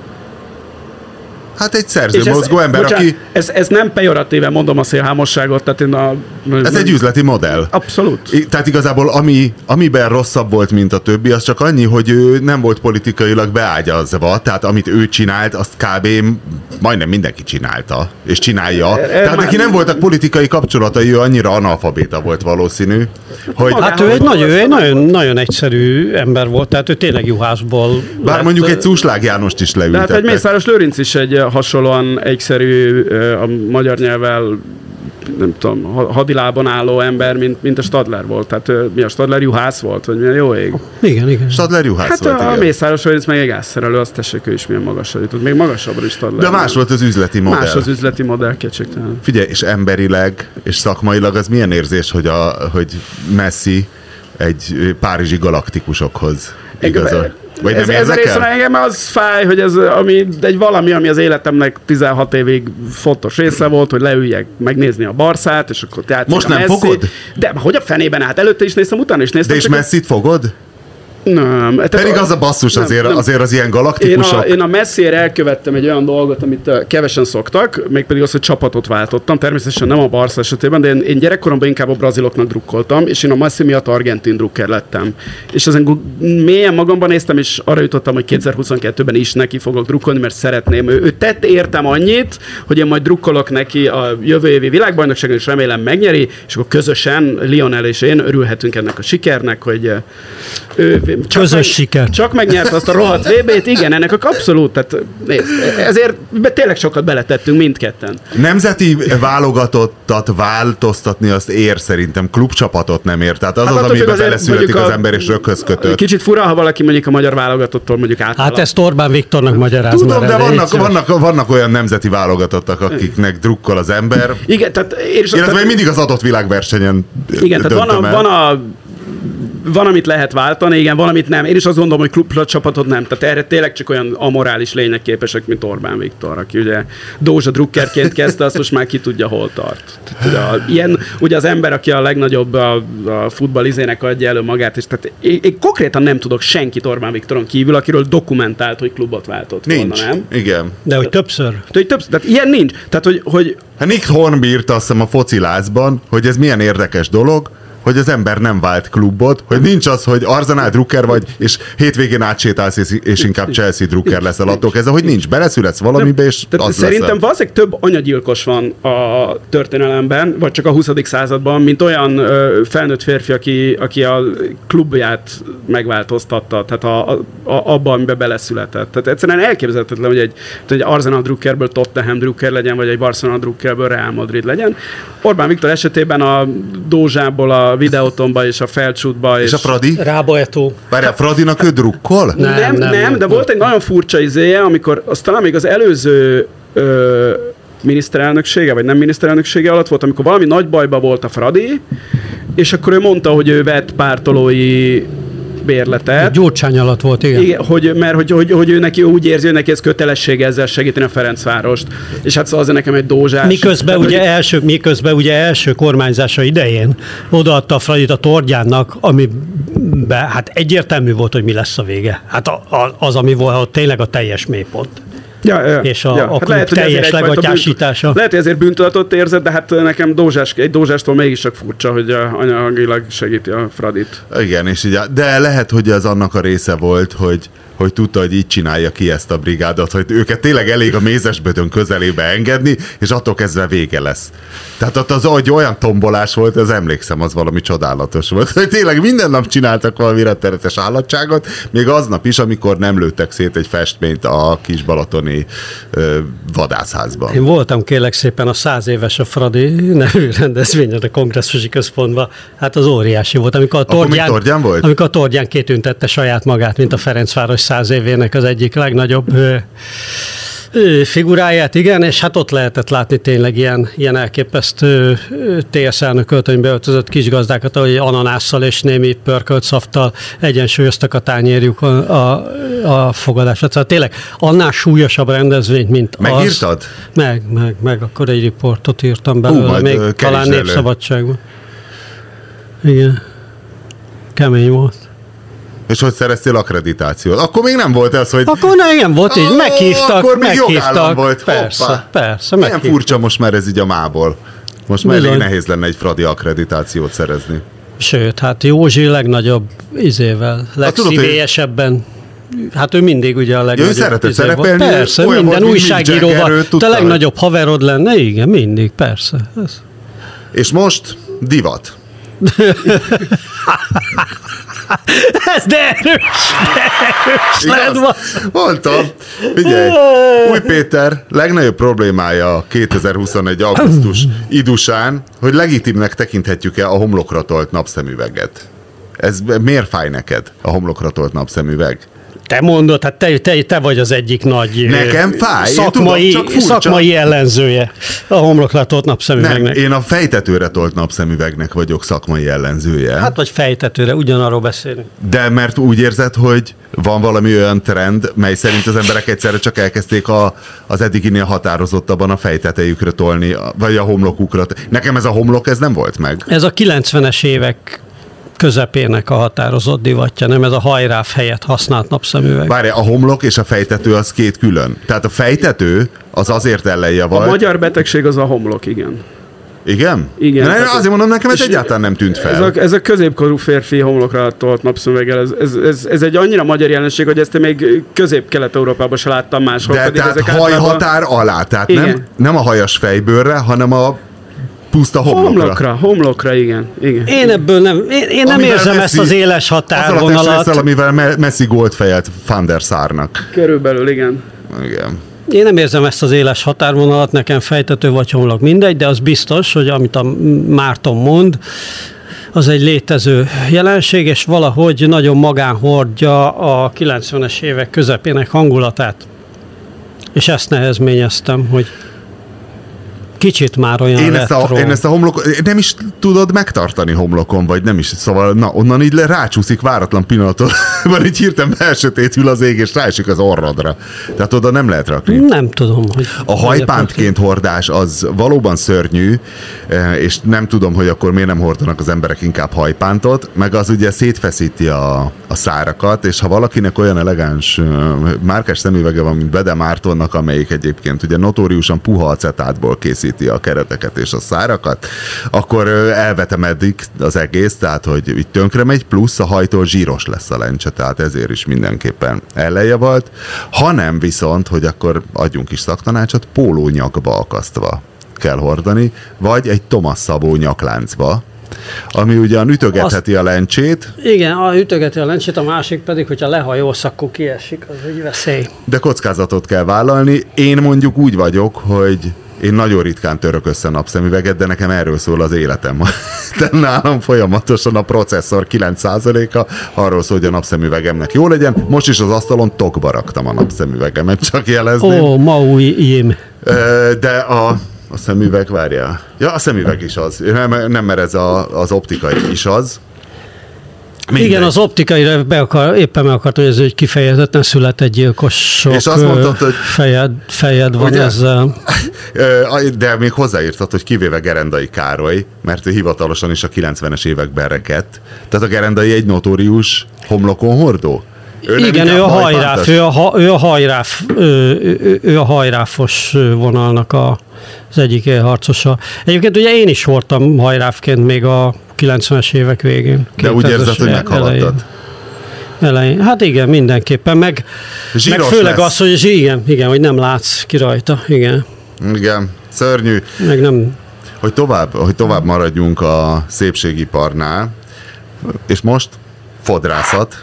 Hát egy szerzőmozgó ember, bocsánat, aki... Ez, ez nem pejoratíven mondom a szélhámosságot, tehát én a... Ez egy üzleti modell. Abszolút. I, tehát igazából ami, amiben rosszabb volt, mint a többi, az csak annyi, hogy ő nem volt politikailag beágyazva, tehát amit ő csinált, azt kb. Majdnem mindenki csinálta, és csinálja. E, tehát már... neki nem voltak politikai kapcsolatai, ő annyira analfabéta volt valószínű, hogy... Hát ő egy nagyon, egy nagyon, nagyon egyszerű ember volt, tehát ő tényleg juhászból... Bár lett, mondjuk egy Cúslág Jánost is leültettek. Tehát egy Mészáros Lőrinc is egy hasonlóan egyszerű, a magyar nyelvvel nem tudom, hadilában álló ember, mint, mint a Stadler volt. Tehát mi a Stadler juhász volt, vagy milyen jó ég? Igen, igen. Stadler juhász hát volt, a, igen. a Mészáros Lőrinc meg egy gázszerelő, azt tessék, ő is milyen magasra jutott. Még magasabbra is Stadler. De más volt az üzleti modell. Más az üzleti modell, kétségtelen. Figyelj, és emberileg, és szakmailag az milyen érzés, hogy, a, hogy Messi egy párizsi galaktikusokhoz igazol? Vagy ez, nem ez a érdekel? részre engem az fáj, hogy ez ami, egy valami, ami az életemnek tizenhat évig fontos része volt, hogy leüljek megnézni a Barszát, és akkor játszik Most a nem Messi. fogod? De hogy a fenében, hát előtte is néztem, utána is néztem. De és Messit fogod? Nem. Pedig az a basszus nem, azért, nem. azért az ilyen Én galaktikusok. a, én a Messiért elkövettem egy olyan dolgot, amit uh, kevesen szoktak, mégpedig az, hogy csapatot váltottam. Természetesen nem a Barca esetében, de én, én gyerekkoromban inkább a braziloknak drukkoltam, és én a Messi miatt argentin drukker lettem. És ezen mélyen magamban néztem, és arra jutottam, hogy kétezer-huszonkettőben is neki fogok drukkolni, mert szeretném. Ő, ő tett értem annyit, hogy én majd drukkolok neki a jövő évi világbajnokságon, és remélem megnyeri, és akkor közösen Lionel és én örülhetünk ennek a sikernek, hogy ő Közös meg, siker. Csak megnyert azt a rohadt vé bét, igen, ennek a abszolút, tehát nézd, ezért tényleg sokat beletettünk mindketten. Nemzeti válogatottat változtatni azt ér szerintem, klubcsapatot nem ér. Tehát az Hát az, attól amiben függ, azért beleszületik mondjuk az a- ember és röghöz kötött. Kicsit fura, ha valaki mondjuk a magyar válogatottól mondjuk áthalad. Hát ezt Orbán Viktornak magyaráz Tudom, már de el, légy vannak, szíves. vannak, vannak olyan nemzeti válogatottak, akiknek drukkol az ember. Igen, tehát én is Én tehát- ezt mindig az adott világversenyen igen, tehát van, döntöm a, el. van a van, amit lehet váltani, igen, valamit nem. Én is azt gondolom, hogy klubcsapatot nem. Tehát erre tényleg csak olyan amorális lények képesek, mint Orbán Viktor, aki ugye Dózsa drukkerként kezdte, azt most már ki tudja, hol tart. Tehát, ugye, a, ilyen, ugye az ember, aki a legnagyobb a, a futballizének adja elő magát, és tehát én, én konkrétan nem tudok senkit Orbán Viktoron kívül, akiről dokumentált, hogy klubot váltott Nincs. volna, nem? Igen. De hogy többször. Tehát, hogy többször, tehát ilyen nincs. Tehát, hogy, hogy Hát Nick Hornby írta azt hiszem a focilázban, hogy ez milyen érdekes dolog, hogy az ember nem vált klubot, hogy nincs az, hogy Arsenal drukker vagy, és hétvégén átsétálsz, és, és inkább Chelsea drukker leszel attól kezdve, hogy nincs. Beleszületsz valamibe, és Tehát az szerintem leszel. valószínűleg több anyagyilkos van a történelemben, vagy csak a huszadik században, mint olyan ö, felnőtt férfi, aki, aki a klubját megváltoztatta, tehát a, a, a, abban, amiben beleszületett. Tehát egyszerűen elképzelhetetlen, hogy egy, egy Arsenal drukkerből Tottenham drukker legyen, vagy egy Barcelona drukkerből Real Madrid legyen. Orbán Viktor esetében a Dózsából a Videótonba és a Felcsútba. És a Fradi? Rába Etó. Várjál, Fradinak ő drukkol? Nem, Nem, nem, nem, nem, nem, de nem. volt egy nagyon furcsa izéje, amikor az talán még az előző ö, miniszterelnöksége, vagy nem miniszterelnöksége alatt volt, amikor valami nagy bajba volt a Fradi, és akkor ő mondta, hogy ő vett pártolói bérletet. Gyurcsány alatt volt, igen. Igen, hogy, mert hogy, hogy, hogy ő neki úgy érzi, hogy neki ez kötelessége ezzel segíteni a Ferencvárost. És hát szóval az nekem egy dózsás. Miközben Tehát, ugye, hogy- első, miközben ugye első kormányzása idején odaadta a Fradit a Tordjánnak, ami hát egyértelmű volt, hogy mi lesz a vége. Hát a, a, az, ami volt tényleg a teljes mélypont. Ja, ja, És a- ja. a klub lehet, hogy ezért teljes egyfajta legatyásítása. bűnt- Lehet, hogy ezért bűntudatot érzed, de hát nekem dózsás, egy dózsástól mégis csak furcsa, hogy a- anyagilag segíti a Fradit. Igen, és így, de lehet, hogy ez annak a része volt, hogy hogy tudta, hogy így csinálja ki ezt a brigádot, hogy őket tényleg elég a mézesbödön közelébe engedni, és attól kezdve vége lesz. Tehát ott az agy olyan tombolás volt, ez emlékszem, az valami csodálatos volt, hogy tényleg minden nap csináltak valami rettenetes állatságot, még aznap is, amikor nem lőttek szét egy festményt a kis balatoni ö, vadászházban. Én voltam kérlek szépen a száz éves a Fradi nevű rendezvényen a kongresszusi központban. Hát az óriási volt, amikor a Akkor még Tordján, Tordján volt? amikor a Tordján kitüntette saját magát, mint a Ferencváros száz évének az egyik legnagyobb ö, ö, figuráját, igen, és hát ott lehetett látni tényleg ilyen, ilyen elképesztő té es elnök öltönybe öltözött kisgazdákat, ahogy ananásszal és némi pörkölt szaftal egyensúlyoztak a tányérjuk a, a, a fogadásra. Szóval tényleg annál súlyosabb rendezvényt, mint az. Megírtad? Meg, meg, meg, akkor egy riportot írtam belőle, majd, még ö, talán keresd elő. Népszabadságban. Igen. Kemény volt. És hogy szereztél akkreditációt? Akkor még nem volt ez, hogy... Akkor nem volt így, Ó, meghívtak, akkor még jogállam meghívtak. volt. Persze, Hoppá. persze, Milyen meghívtak. furcsa most már ez így a mából. Most már elég Bizony. nehéz lenne egy Fradi akkreditációt szerezni. Sőt, hát Józsi legnagyobb izével, legszívélyesebben. Hát ő mindig ugye a legnagyobb Ja, ő szeretett izé volt. szerepelni, Persze, olyan minden volt, mint Mick Jagger, újságíróval. ő Te tudta, a hogy- legnagyobb haverod lenne? Igen, mindig, persze. Ez. És most divat. Ez de erős, de erős lett. Mondtam. Figyelj, Új Péter legnagyobb problémája kétezer-huszonegy. augusztus idusán, hogy legitimnek tekinthetjük-e a homlokra tolt napszemüveget. Ez miért fáj neked, a homlokra tolt napszemüveg? Te mondod, hát te, te, te vagy az egyik nagy Nekem fáj, szakmai, tudom, csak szakmai ellenzője a homlokra tolt napszemüvegnek. Nem, én a fejtetőre tolt napszemüvegnek vagyok szakmai ellenzője. Hát vagy fejtetőre, ugyanarról beszélünk. De mert úgy érzed, hogy van valami olyan trend, mely szerint az emberek egyszerre csak elkezdték a, az eddiginél határozottabban a fejtetejükre tolni, vagy a homlokukra. Nekem ez a homlok, ez nem volt meg. Ez a kilencvenes évek közepének a határozott divatja, nem ez a hajráf helyett használt napszemüveg. Várj, a homlok és a fejtető az két külön. Tehát a fejtető az azért ellenjavalt. A magyar betegség az a homlok, igen. Igen? Igen. Na, azért mondom, nekem ez egyáltalán nem tűnt fel. Ez a, ez a középkorú férfi homlokra tolt napszemüveggel, ez, ez, ez, ez egy annyira magyar jelenség, hogy ezt én még közép-kelet-európában se láttam máshol. De pedig tehát ezek hajhatár általában... alá, tehát nem, nem a hajas fejbőrre, hanem a puszta homlokra. Homlokra, homlokra, igen. igen. Én ebből nem, én, én nem érzem Messi, ezt az éles határvonalat. Az a amivel Messi gólt fejelt Van der Sarnak. Körülbelül, igen. Igen. Én nem érzem ezt az éles határvonalat, nekem fejtető vagy homlok mindegy, de az biztos, hogy amit a Márton mond, az egy létező jelenség, és valahogy nagyon magán hordja a kilencvenes évek közepének hangulatát. És ezt nehezményeztem, hogy kicsit már olyan én ezt, a, én ezt a homlokon, nem is tudod megtartani homlokon, vagy nem is, szóval na, onnan így le, rácsúszik váratlan pillanaton, van így hirtelen elsötétül az ég, és ráesik az orrodra. Tehát oda nem lehet rakni. Nem tudom, hogy... A hajpántként hordás az valóban szörnyű, és nem tudom, hogy akkor miért nem hordanak az emberek inkább hajpántot, meg az ugye szétfeszíti a, a szárakat, és ha valakinek olyan elegáns márkás szemüvege van, mint Bede Mártonnak, amelyik egyébként ugye notóriusan puha acetátból készít a kereteket és a szárakat, akkor elvetemedik az egész, tehát hogy így tönkre megy, plusz a hajtól zsíros lesz a lencse, tehát ezért is mindenképpen ellenjavalt. Hanem viszont, hogy akkor adjunk is szaktanácsot, pólónyakba akasztva kell hordani, vagy egy Thomas Szabó nyakláncba, ami ugyan ütögetheti Azt, a lencsét. Igen, a ütögeti a lencsét, a másik pedig, hogyha lehajolsz, akkor kiesik, az egy veszély. De kockázatot kell vállalni. Én mondjuk úgy vagyok, hogy én nagyon ritkán török össze napszemüveget, de nekem erről szól az életem. De nálam folyamatosan a processzor kilenc százaléka arról szól, hogy a napszemüvegemnek jó legyen. Most is az asztalon tokba raktam a napszemüvegemet, csak jelezném. Ó, ma új ím. De a, a szemüveg, várjál. Ja, a szemüveg is az. Nem, nem mert ez a, az optikai is az. Mindegy. Igen, az optikaira be akar, éppen meg akartam, hogy ez egy kifejezetten született gyilkosok. És azt mondtad, hogy fejed, fejed van ugye? Ezzel. De még hozzáírtad, hogy kivéve Gerendai Károly, mert ő hivatalosan is a kilencvenes években rekedt. Tehát a Gerendai egy notórius homlokon hordó? Ő igen, ő a hajráf, ő a, ő a hajráf, ő, ő, ő a hajráfos vonalnak a, az egyik harcosa. Egyébként ugye én is hordtam hajráfként még a kilencvenes évek végén. De úgy érzed, hogy meghaladtad? Elején. Hát igen, mindenképpen. Meg, meg főleg lesz. Az, hogy igen, igen, hogy nem látsz ki rajta. Igen. Igen, szörnyű. Meg nem... Hogy tovább, hogy tovább maradjunk a szépségiparnál, és most fodrászat.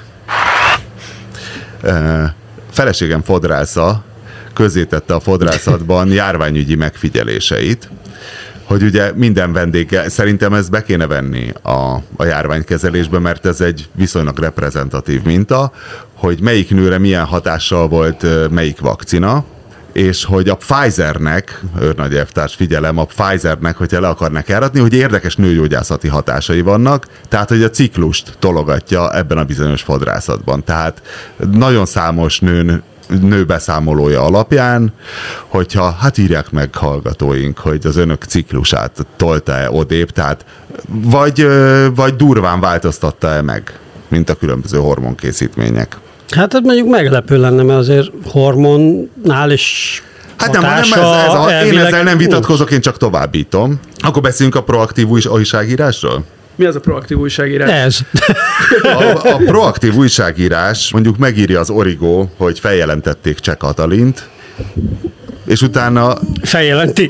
Feleségem fodrásza közzétette a fodrászatban járványügyi megfigyeléseit, hogy ugye minden vendég, szerintem ezt be kéne venni a, a járványkezelésbe, mert ez egy viszonylag reprezentatív minta, hogy melyik nőre milyen hatással volt melyik vakcina, és hogy a Pfizernek, őrnagy elvtárs figyelem, a Pfizernek, hogyha le akarnak járatni, hogy érdekes nőgyógyászati hatásai vannak, tehát hogy a ciklust tologatja ebben a bizonyos fodrászatban. Tehát nagyon számos nőn nő beszámolója alapján, hogyha, hát írják meg hallgatóink, hogy az önök ciklusát tolta-e odébb, tehát vagy, vagy durván változtatta-e meg, mint a különböző hormonkészítmények. Hát ez mondjuk meglepő lenne, mert azért hormonnál is hát nem, nem ez, ez a, én ezzel nem vitatkozok, én csak továbbítom. Akkor beszéljünk a proaktív újságírásról? Mi az a proaktív újságírás? Ez. A, a proaktív újságírás mondjuk megírja az Origo, hogy feljelentették Cseh Katalint, és utána... Feljelenti.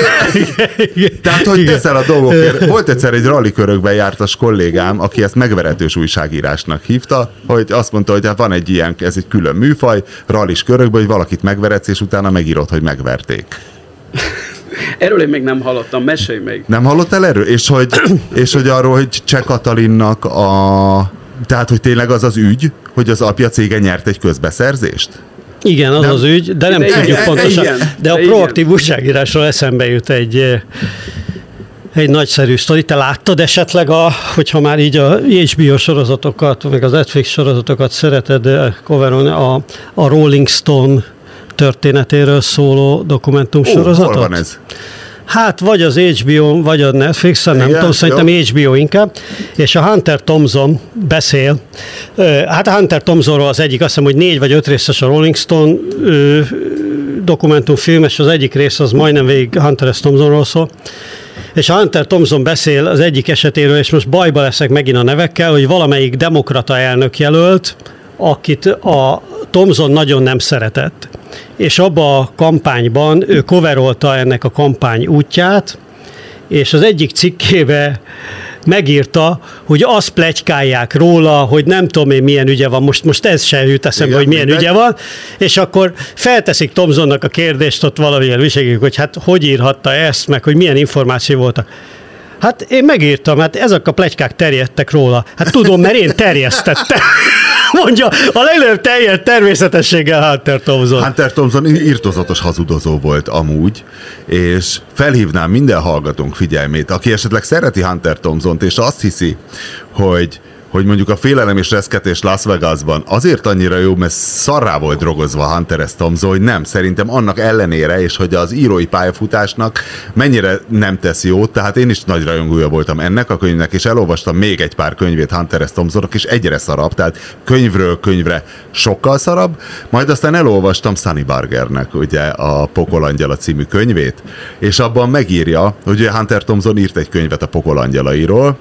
Tehát, hogy teszel a dolgokért. Volt egyszer egy rallikörökben jártas kollégám, aki ezt megveretős újságírásnak hívta, hogy azt mondta, hogy hát van egy ilyen, ez egy külön műfaj, rallis körökben, hogy valakit megveretsz, és utána megírod, hogy megverték. Erről én még nem hallottam, mesélj még. Nem hallottál erről? És hogy, és hogy arról, hogy Cseh Katalinnak a... Tehát, hogy tényleg az az ügy, hogy az apja cége nyert egy közbeszerzést? Igen, az nem. Az ügy, de nem de tudjuk igen, pontosan. Igen, de a proaktív újságírásról eszembe jut egy, egy nagyszerű sztori. Te láttad esetleg, a, hogyha már így a há bé o sorozatokat, meg az Netflix sorozatokat szereted coverolni, a, a Rolling Stone történetéről szóló dokumentumsorozatot? Ó, hol van ez? Hát vagy az há bé o, vagy a Netflixen, nem igen, tudom, szerintem jó. há bé o inkább. És a Hunter Thompson beszél. Hát a Hunter Thompsonról az egyik, azt hiszem, hogy négy vagy öt részes a Rolling Stone dokumentumfilm, és az egyik rész az majdnem végig Hunter S. Thompsonról szól. És a Hunter Thompson beszél az egyik esetéről, és most bajba leszek megint a nevekkel, hogy valamelyik demokrata elnök jelölt, akit a Thompson nagyon nem szeretett. És abba a kampányban ő coverolta ennek a kampány útját, és az egyik cikkébe megírta, hogy azt pletykálják róla, hogy nem tudom én milyen ügye van, most, most ez sem jut eszembe, hogy milyen ügye van, és akkor felteszik Thompsonnak a kérdést ott valamilyen újságírók, hogy hát hogy írhatta ezt, meg hogy milyen információ voltak. Hát én megírtam, hát ezek a pletykák terjedtek róla. Hát tudom, mert én terjesztettem. Mondja, a legnagyobb terjedt természetességgel Hunter Thompson. Hunter Thompson irtózatos hazudozó volt amúgy, és felhívnám minden hallgatónk figyelmét, aki esetleg szereti Hunter Thompsont, és azt hiszi, hogy hogy mondjuk a félelem és reszketés Las Vegasban azért annyira jó, mert szarrá volt drogozva Hunter S. Thompson, hogy nem, szerintem annak ellenére, és hogy az írói pályafutásnak mennyire nem tesz jót, tehát én is nagy rajongója voltam ennek a könyvnek, és elolvastam még egy pár könyvét Hunter S. Thompsonnak, és egyre szarabb, tehát könyvről könyvre sokkal szarabb, majd aztán elolvastam Sunny Bargernek, ugye a Pokolangyala című könyvét, és abban megírja, hogy Hunter Thompson írt egy könyvet a pokolangyalairól,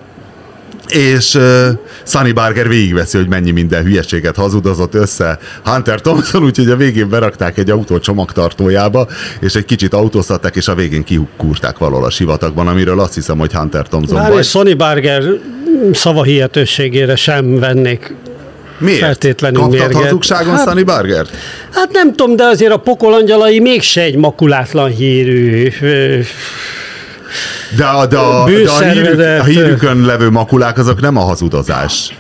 és uh, Sunny Barger végigveszi, hogy mennyi minden hülyeséget hazudozott össze Hunter Thompson, úgyhogy a végén berakták egy autó csomagtartójába, és egy kicsit autóztatták, és a végén kikúrták valahol a sivatagban, amiről azt hiszem, hogy Hunter Thompson Már és Sunny Barger szavahihetőségére sem vennék. Miért? Feltétlenül Kaptad mérget. hazugságon hát, Sunny Bargert? Hát nem tudom, de azért a Pokolangyalai mégse egy makulátlan hírű... De, a, de, a, de a, hírük, a hírükön levő makulák azok nem a hazudozás.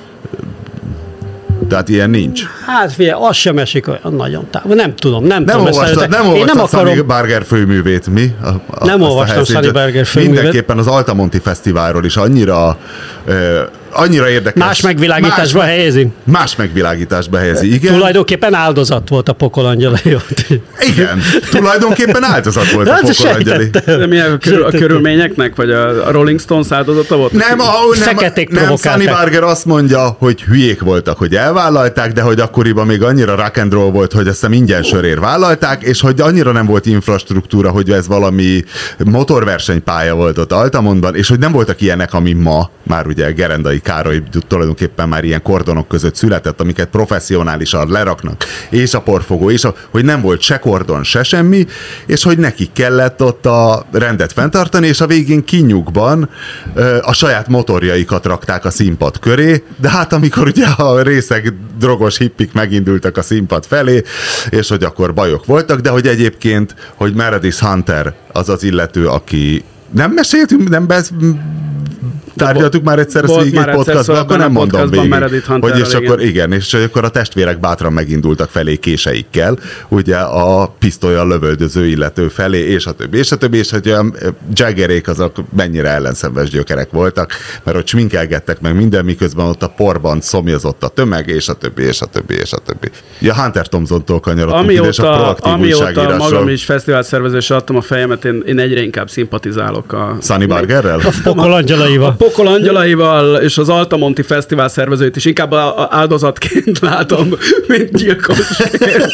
Tehát ilyen nincs. Hát figyelj, az sem esik olyan nagyon távol. Nem tudom, nem, nem tudom. Olvastad, nem olvastad nem Sunny akarom... Barger főművét, mi? A, a, nem olvastam Sunny Barger főművét. Mindenképpen az Altamonti Fesztiválról is annyira... Uh, annyira érdekes. Más megvilágításba más, helyezi. Más megvilágításba helyezi, igen. Tulajdonképpen áldozat volt a Pokolangyalai. Igen, tulajdonképpen áldozat volt a Pokolangyalai. De mi a, körül, a körülményeknek, vagy a Rolling Stones áldozata volt? Nem, a, nem, nem Sunny Barger azt mondja, hogy hülyék voltak, hogy elvállalták, de hogy akkoriban még annyira rock and roll volt, hogy ezt ingyen sörért vállalták, és hogy annyira nem volt infrastruktúra, hogy ez valami motorversenypálya volt ott Altamontban, és hogy nem voltak ilyenek, ami ma, már ugye Gerendai Károly tulajdonképpen már ilyen kordonok között született, amiket professzionálisan leraknak, és a porfogó, és a, hogy nem volt se kordon, se semmi, és hogy nekik kellett ott a rendet fenntartani, és a végén kinyugban ö, a saját motorjaikat rakták a színpad köré, de hát amikor ugye a részeg drogos hippik megindultak a színpad felé, és hogy akkor bajok voltak, de hogy egyébként, hogy Meredith Hunter az az illető, aki nem meséltünk, nem besz... tárgyaltuk már egyszer ezt végig egy podcastban, akkor nem mondom végig, hogy és akkor igen, és akkor a testvérek bátran megindultak felé késeikkel, ugye a pisztollyal lövöldöző illető felé, és a többi, és a többi, és hogy a Jaggerék azok mennyire ellenszenves gyökerek voltak, mert ott sminkelgettek meg minden, miközben ott a porban szomjazott a tömeg, és a többi, és a többi, és a többi. Ja, Hunter Thompsontól kanyarodtunk ide, és a proaktív újságírásról. Amióta magam is fesztiválszervezésre adtam a fejemet, én, én egyre inkább szimpatizálok a... Sunny Bargerrel? A Pokolangyalaival. Pokolangyalaival és az Altamonti Fesztivál szervezőit is inkább áldozatként látom, mint gyilkosként.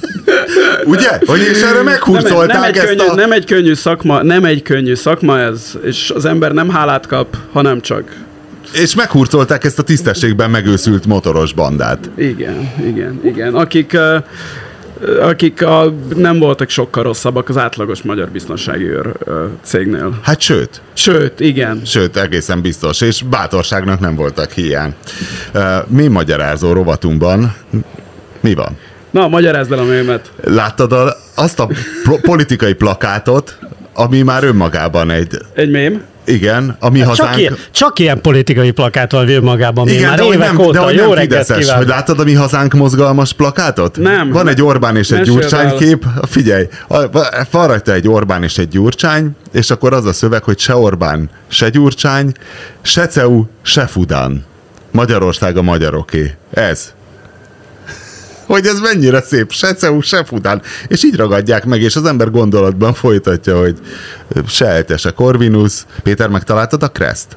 Ugye? Hogy és erre meghurcolták nem, nem egy ezt könnyű, a... Nem egy könnyű szakma, nem egy könnyű szakma ez, és az ember nem hálát kap, hanem csak... És meghurcolták ezt a tisztességben megőszült motoros bandát. Igen, igen, igen. Akik... Uh, akik a, nem voltak sokkal rosszabbak az átlagos magyar biztonsági őr cégnél. Hát sőt. Sőt, igen. Sőt, egészen biztos, és bátorságnak nem voltak hiány. Mi magyarázó rovatunkban mi van? Na, magyarázd el a mémet. Láttad a, azt a politikai plakátot, ami már önmagában egy... Egy mém? Igen, ami hát hazánk... Csak ilyen, csak ilyen politikai plakátval vél magában. Igen, már de évek nem, óta. de Jó nem reggelt fideszes. kívánok. Hogy láttad a mi hazánk mozgalmas plakátot? Nem. Van egy Orbán és egy Meséld Gyurcsány el. kép. Figyelj, van rajta egy Orbán és egy Gyurcsány, és akkor az a szöveg, hogy se Orbán, se Gyurcsány, se cé e u, se Fudán. Magyarország a magyaroké. Ez. Hogy ez mennyire szép, se cé e u, se Fudán. És így ragadják meg, és az ember gondolatban folytatja, hogy se Elte, se Corvinus. Péter, megtaláltad a Kreszt?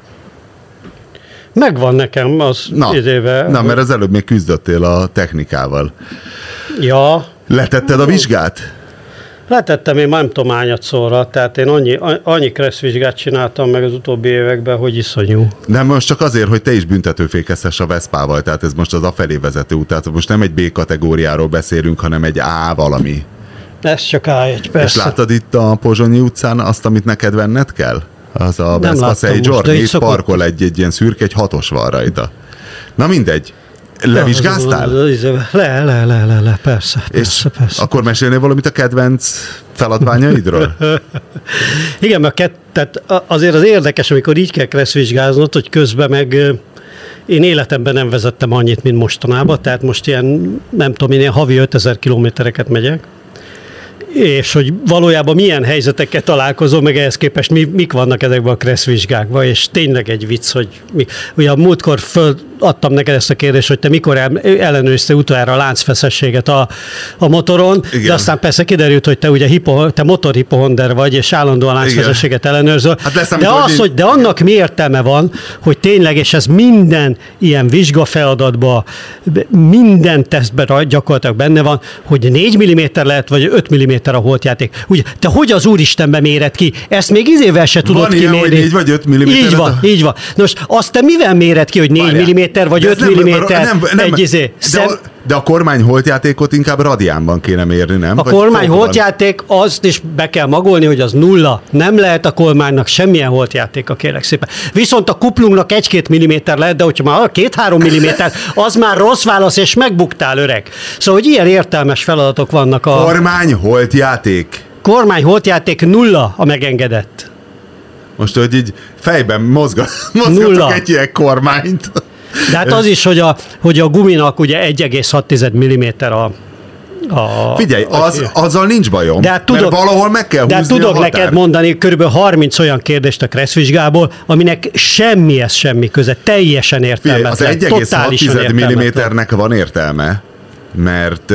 Megvan nekem az Na, idéve. na, mert az előbb még küzdöttél a technikával. Ja. Letetted a vizsgát? Letettem én nem tudom hányadszorra, tehát én annyi, annyi Kressz vizsgát csináltam meg az utóbbi években, hogy iszonyú. Nem, most csak azért, hogy te is büntetőfékezhess a Veszpával, tehát ez most az afelé vezető út, tehát most nem egy B kategóriáról beszélünk, hanem egy A valami. Ez csak á egy, persze. És láttad itt a Pozsonyi utcán azt, amit neked venned kell? Az a Veszpa Szejdzsor, négy parkol egy, egy ilyen szürke, egy hatos van rajta. Na mindegy. Levizsgáztál? Le, le, le, le, le, persze, És persze, persze. akkor mesélnél valamit a kedvenc feladványaidról? Igen, mert kett, tehát azért az érdekes, amikor így kell kresszvizsgáznod, hogy közben meg én életemben nem vezettem annyit, mint mostanában, tehát most ilyen, nem tudom, én ilyen havi ötezer kilométereket megyek, és hogy valójában milyen helyzetekkel találkozom, meg ehhez képest mi, mik vannak ezekben a kresszvizsgákban, és tényleg egy vicc, hogy mi. Ugye a múltkor föladtam neked ezt a kérdést, hogy te mikor el, ellenőrizte utoljára a láncfeszességet a, a motoron, igen. De aztán persze kiderült, hogy te ugye hipo, te motorhipohonder vagy, és állandóan láncfeszességet ellenőrzöl. Hát lesz, de, az, hogy, de annak mi értelme van, hogy tényleg, és ez minden ilyen vizsgafeladatban, minden tesztben gyakorlatilag benne van, hogy négy milliméter lehet, vagy öt milliméter a holtjáték. Ugye, te hogy az Úristenbe méred ki? Ezt még izével se tudod van kimérni. Van ilyen, hogy négy vagy öt milliméter. Így van, így van. Nos, azt te mivel méred ki, hogy négy milliméter vagy öt milliméter? Nem, nem, egy izé? De, Szem... a, de a kormány holtjátékot inkább radiánban kéne mérni, nem? A vagy kormány fokban? holtjáték, azt is be kell magolni, hogy az nulla. Nem lehet a kormánynak semmilyen holtjátéka, kérlek szépen. Viszont a kuplungnak egy-két milliméter lehet, de hogyha már két-három milliméter, az már rossz válasz, és megbuktál, öreg. Szóval, hogy ilyen értelmes feladatok vannak a... Kormány holtjáték. Kormány holtjáték nulla a megengedett. Most, hogy így fejben mozgat, mozgatok egy ilyen kormányt. De hát az is, hogy a, hogy a guminak ugye egy egész hat milliméter a, a... Figyelj, az, azzal nincs bajom, de hát tudok, mert valahol meg kell húzni de hát tudok a neked mondani körülbelül harminc olyan kérdést a kresszvizsgából, aminek semmihez semmi köze, teljesen értelmetlen. Figyelj, az egy egész hat milliméternek van értelme, mert,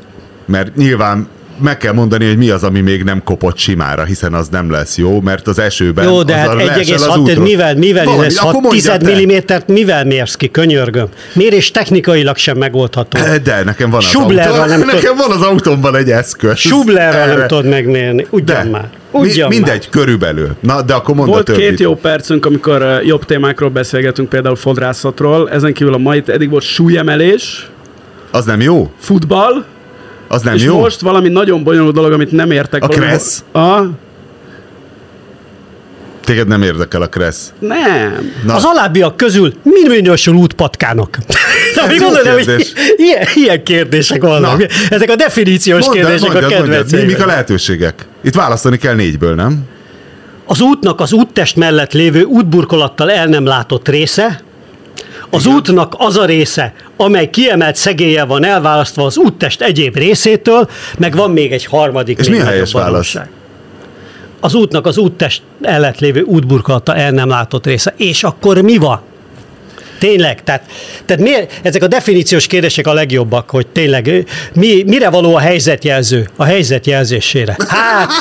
mert nyilván meg kell mondani, hogy mi az, ami még nem kopott simára, hiszen az nem lesz jó, mert az esőben... Jó, de hát egy egész hat, mivel, mivel ez hat millimétert, mivel mérsz ki, könyörgöm? Mérés technikailag sem megoldható. De nekem van az Sublerrel autó, nem nekem van az autómban egy eszköz. Sublerrel nem tudod megmérni. Ugyan de, már. Ugyan mi, mindegy, már. Körülbelül. Na, de akkor mondd Volt a többit. két jó percünk, amikor jobb témákról beszélgetünk, például fodrászatról. Ezen kívül a mai eddig volt súlyemelés. Az nem jó? Futball. Az nem és jó? most valami nagyon bonyolult dolog, amit nem értek. A Kressz? A... Téged nem érdekel a Kressz? Nem. Na. Az alábbiak közül mi minősül útpatkának? Na, gondolom, hogy ilyen, ilyen kérdések vannak. Na. Ezek a definíciós mondjad, kérdések mondjad, a kedvencek. Mi, mik a lehetőségek? Itt választani kell négyből, nem? Az útnak az úttest mellett lévő útburkolattal el nem látott része, az igen. útnak az a része, amely kiemelt szegéllyel van elválasztva az úttest egyéb részétől, meg van még egy harmadik. És mi a helyes válasz? Az útnak az úttest mellett lévő útburkolata el nem látott része. És akkor mi van? Tényleg, tehát, tehát miért, ezek a definíciós kérdések a legjobbak, hogy tényleg mi, mire való a helyzetjelző? A helyzetjelzésére. Hát,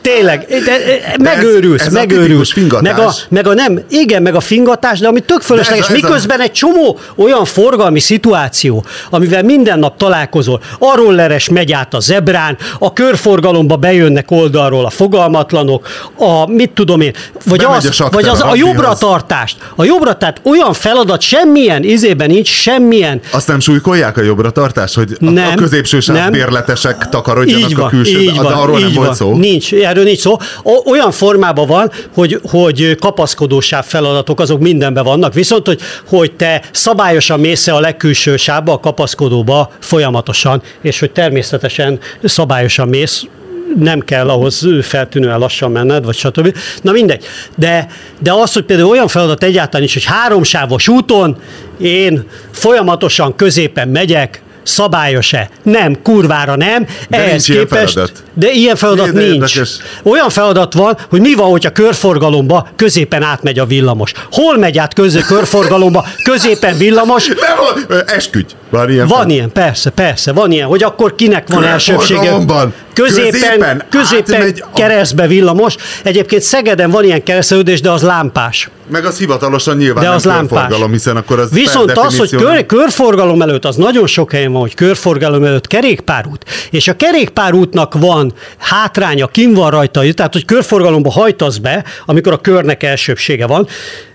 Tényleg, de, de, megőrülsz, ez, ez megőrülsz. A meg, a, meg a nem, igen, meg a fingatás, de ami tök fölösleges, miközben a... egy csomó olyan forgalmi szituáció, amivel minden nap találkozol, a rolleres megy át a zebrán, a körforgalomba bejönnek oldalról a fogalmatlanok, a mit tudom én, vagy, az, a, vagy az, a jobbra tartást. A jobbra, tehát olyan feladat, semmilyen izében nincs, semmilyen. Azt nem súlykolják a jobbra tartást, hogy a, nem, a középső bérletesek takarodjanak így van, a külső, így van, de arról így nem van. volt szó. Nincs, erről nincs szó. Olyan formában van, hogy, hogy kapaszkodósáv feladatok azok mindenben vannak, viszont, hogy, hogy te szabályosan mész a legkülső sávba, a kapaszkodóba folyamatosan, és hogy természetesen szabályosan mész, nem kell ahhoz feltűnően lassan menned, vagy stb. Na mindegy. De, de az, hogy például olyan feladat egyáltalán is, hogy háromsávos úton én folyamatosan középen megyek, szabályos-e? Nem, kurvára nem. De ehhez nincs képest, ilyen feladat. De ilyen feladat Ilyen nincs. érdekes. Olyan feladat van, hogy mi van, hogyha körforgalomba középen átmegy a villamos. Hol megy át közé körforgalomba, középen villamos? Nem, esküdj. Van ilyen? Van ilyen, persze, persze, van ilyen, hogy akkor kinek van elsőbsége. Középen, középen, középen keresztbe villamos. Egyébként Szegeden van ilyen keresztelődés, de az lámpás. Meg az hivatalosan nyilván de nem az körforgalom, hiszen akkor az viszont az, hogy kör, körforgalom előtt, az nagyon sok helyen van, hogy körforgalom előtt kerékpárút, és a kerékpárútnak van hátránya, kin van rajta, tehát hogy körforgalomba hajtasz be, amikor a körnek elsőbsége van,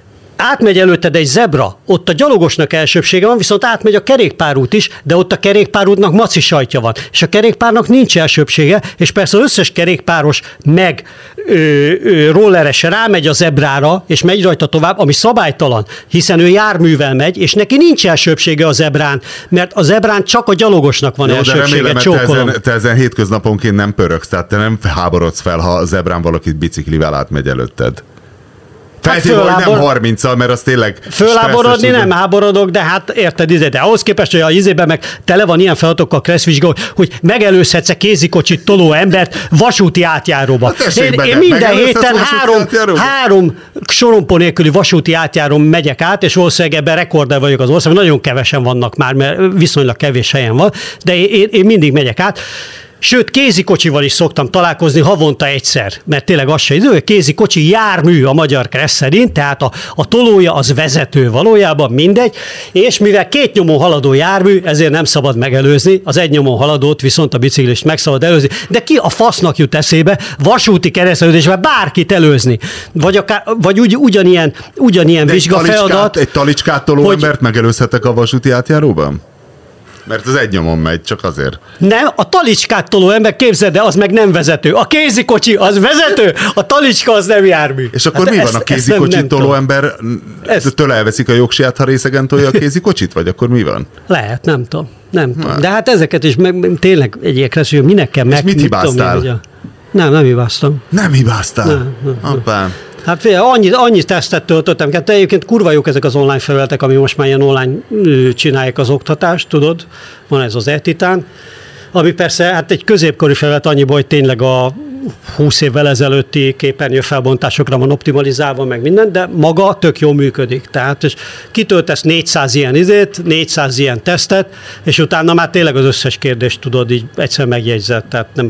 átmegy előtted egy zebra, ott a gyalogosnak elsőbsége van, viszont átmegy a kerékpárút is, de ott a kerékpárútnak maci sajtja van. És a kerékpárnak nincs elsőbsége, és persze az összes kerékpáros meg ö, ö, rolleres rámegy a zebrára, és megy rajta tovább, ami szabálytalan, hiszen ő járművel megy, és neki nincs elsőbsége a zebrán, mert a zebrán csak a gyalogosnak van. Jó, elsőbsége. De remélem, te ezen, te ezen hétköznaponként nem pöröksz, tehát te nem háborodsz fel, ha a zebrán valakit biciklivel átmegy előtted. Feltéve, hogy nem harminccal, mert az tényleg fölháborodni nem háborodok, de hát érted, izé, de ahhoz képest, hogy a izében meg tele van ilyen feladatokkal kresszvizsgó, hogy megelőzhetsz egy kézikocsit toló embert vasúti átjáróba. Hát én, én minden héten három, három sorompó nélküli vasúti átjárón megyek át, és valószínűleg ebben rekorder vagyok az országban, nagyon kevesen vannak már, mert viszonylag kevés helyen van, de én, én mindig megyek át. Sőt, kézikocsival is szoktam találkozni havonta egyszer, mert tényleg az se idő, kézikocsi jármű a magyar kressz szerint, tehát a, a tolója az vezető valójában, mindegy, és mivel két nyomon haladó jármű, ezért nem szabad megelőzni, az egy nyomon haladót viszont a biciklist meg szabad előzni, de ki a fasznak jut eszébe vasúti keresztelődésben bárkit előzni, vagy, akár, vagy ugy, ugyanilyen, ugyanilyen vizsgafeladat. Egy talicskát toló hogy... embert megelőzhetek a vasúti átjáróban? Mert az egy nyomon megy, csak azért. Nem, a talicskát toló ember, képzeld, de az meg nem vezető. A kézikocsi az vezető, a talicska az nem jármű. És akkor hát mi ezt, van, a kézikocsi toló ember tőle elveszik a jogsiját, ha részegen tolja a kézikocsit, vagy akkor mi van? Lehet, nem tudom. Nem tudom. De hát ezeket is meg, tényleg egyébként, hogy minek kell meg... És mit hibáztál? Tudom, nem, nem hibáztam. Nem hibáztál? Nem, nem, Apám. Hát figyelj, annyi, annyi tesztet töltöttem, hát egyébként kurva jók ezek az online felületek, ami most már ilyen online csinálják az oktatást, tudod, van ez az e-titán, ami persze hát egy középkori felület annyiból, hogy tényleg a húsz évvel ezelőtti képernyő felbontásokra van optimalizálva, meg minden, de maga tök jól működik. Tehát és kitöltesz négyszáz ilyen izét, négyszáz ilyen tesztet, és utána már tényleg az összes kérdést tudod így egyszer megjegyzett, tehát nem...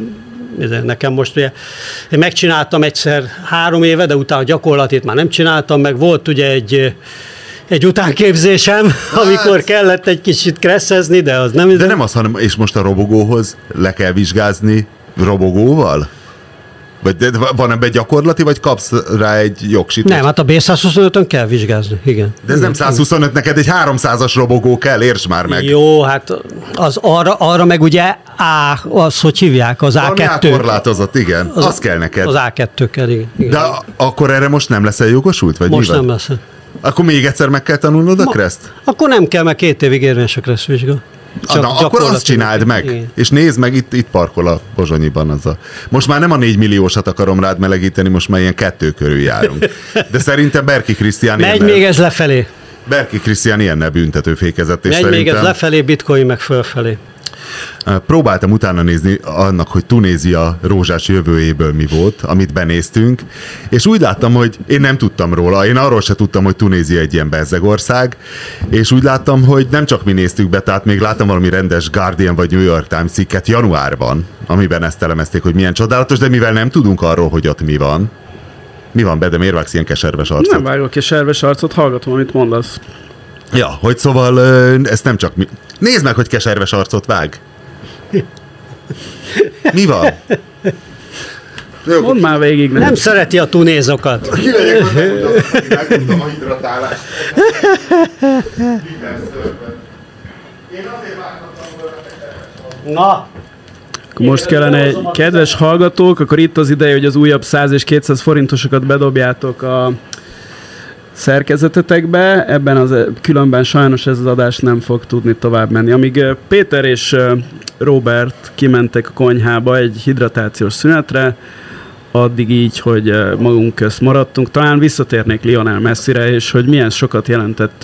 Nekem most ugye, én megcsináltam egyszer három éve, de utána a gyakorlatit már nem csináltam, meg volt ugye egy, egy utánképzésem, hát, amikor kellett egy kicsit kresszezni, de az nem... De nem az, hanem és most a robogóhoz le kell vizsgázni robogóval? Vagy van ebben gyakorlati, vagy kapsz rá egy jogsit? Nem, hát a bé száz huszonötön kell vizsgázni, igen. De ez nem száz huszonöt, neked egy háromszázas robogó kell, értsd már meg. Jó, hát az arra, arra meg ugye A, az hogy hívják, az á kettő. Valami korlátozott, igen, az, az kell neked. Az á kettő kell, igen. igen. De akkor erre most nem leszel jogosult? Vagy most nem lesz. Akkor még egyszer meg kell tanulnod a kreszt? Akkor nem kell, mert két évig érvényes a kresszvizsga. Csak Na, akkor azt csináld meg, igen. És nézd meg, itt, itt parkol a Pozsonyiban az a... Most már nem a négy milliósat akarom rád melegíteni, most már ilyen kettő körül járunk. De szerintem Berki Krisztián Megy ilyennel, még ez lefelé. Berki Krisztián ilyennel büntetőfékezett. És Megy szerintem... még ez lefelé, bitcoin meg fölfelé. Próbáltam utána nézni annak, hogy Tunézia rózsás jövőjéből mi volt, amit benéztünk, és úgy láttam, hogy én nem tudtam róla, én arról se tudtam, hogy Tunézia egy ilyen bezzegország, és úgy láttam, hogy nem csak mi néztük be, tehát még láttam valami rendes Guardian vagy New York Times cikket januárban, amiben ezt elemezték, hogy milyen csodálatos, de mivel nem tudunk arról, hogy ott mi van. Mi van, Bede, miért vágsz ilyen keserves arcot? Nem vágok keserves arcot, hallgatom, amit mondasz. Ja, hogy szóval ezt nem csak mi... Nézd meg, hogy keserves arcot vág. Mi van? Mondd már végig. Nem, nem szereti a tunézokat. Kilegyek, hogy megmondom a hidratálást. Én azért vágtam volna keserves. Na! Most kellene egy kedves hallgatók, akkor itt az ideje, hogy az újabb száz és kétszáz forintosokat bedobjátok a szerkezetetekbe. Ebben az különben sajnos ez az adás nem fog tudni tovább menni. Amíg Péter és Robert kimentek a konyhába egy hidratációs szünetre, addig így, hogy magunk közt maradtunk. Talán visszatérnék Lionel Messire, és hogy milyen sokat jelentett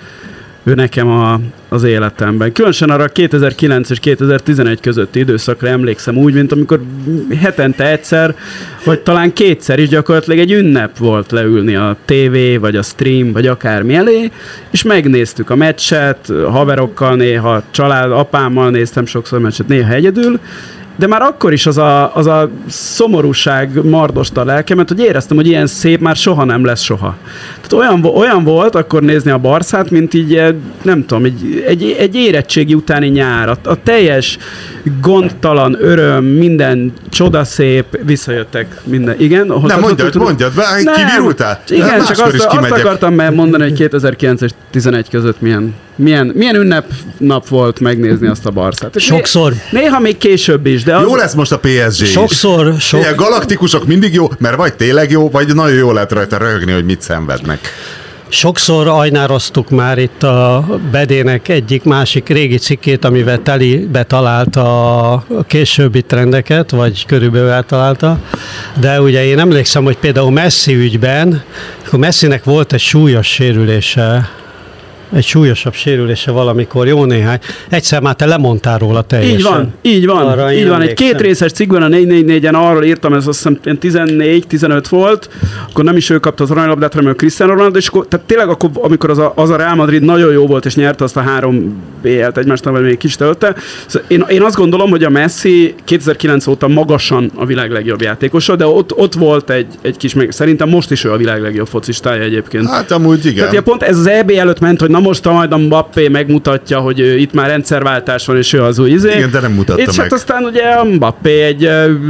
ő nekem a, az életemben. Különösen arra kétezer-kilenc és kétezer-tizenegy közötti időszakra emlékszem úgy, mint amikor hetente egyszer, vagy talán kétszer is gyakorlatilag egy ünnep volt leülni a tévé, vagy a stream, vagy akármi elé, és megnéztük a meccset, haverokkal néha, család, apámmal néztem sokszor a meccset, néha egyedül, de már akkor is az a, az a szomorúság mardosta a lelkemet, hogy éreztem, hogy ilyen szép már soha nem lesz soha. Tehát olyan, olyan volt akkor nézni a Barszát, mint így, nem tudom, egy, egy, egy érettségi utáni nyár. A, a teljes gondtalan öröm, minden csodaszép, visszajöttek minden. Igen? Nem, mondjad, mondjad, be, kivirultál? Igen, csak azt, azt akartam mondani, hogy kétezer-kilenc és tizenegy között milyen, milyen, milyen ünnepnap volt megnézni azt a Barszát. Sokszor. Né, néha még később is. De az... Jó lesz most a pé es gé Sokszor. is. Sok... Ilyen galaktikusok mindig jó, mert vagy tényleg jó, vagy nagyon jó lehet rajta röhögni, hogy mit szenvednek. Sokszor ajnároztuk már itt a Bedének egyik-másik régi cikkét, amivel teli betalálta a későbbi trendeket, vagy körülbelül eltalálta. De ugye én emlékszem, hogy például Messi ügyben, akkor Messinek volt egy súlyos sérülése, egy súlyosabb sérülése valamikor, jó néhány. Egyszer már te lemondtál róla teljesen. Így van, így van, Arra így van. Egy két részes cikkben a négy négy négyen arról írtam, ez azt hiszem tizennégy tizenöt volt, akkor nem is ő kapta az aranylabdát, hanem a Cristiano Ronaldo, és akkor, tehát tényleg akkor, amikor az a, az a Real Madrid nagyon jó volt, és nyerte azt a három bé el-t egymásnál, vagy még kis előtte. Szóval én, én azt gondolom, hogy a Messi kétezer-kilenc óta magasan a világ legjobb játékosa, de ott, ott volt egy, egy kis, meg szerintem most is ő a világ legjobb focistája egyébként. Hát amúgy igen. Tehát pont ez az é bé előtt ment, hogy na most majd a Mbappé megmutatja, hogy itt már rendszerváltás van, és ő az új izé. Igen, de nem mutatta és meg. És hát aztán ugye a Mbappé egy,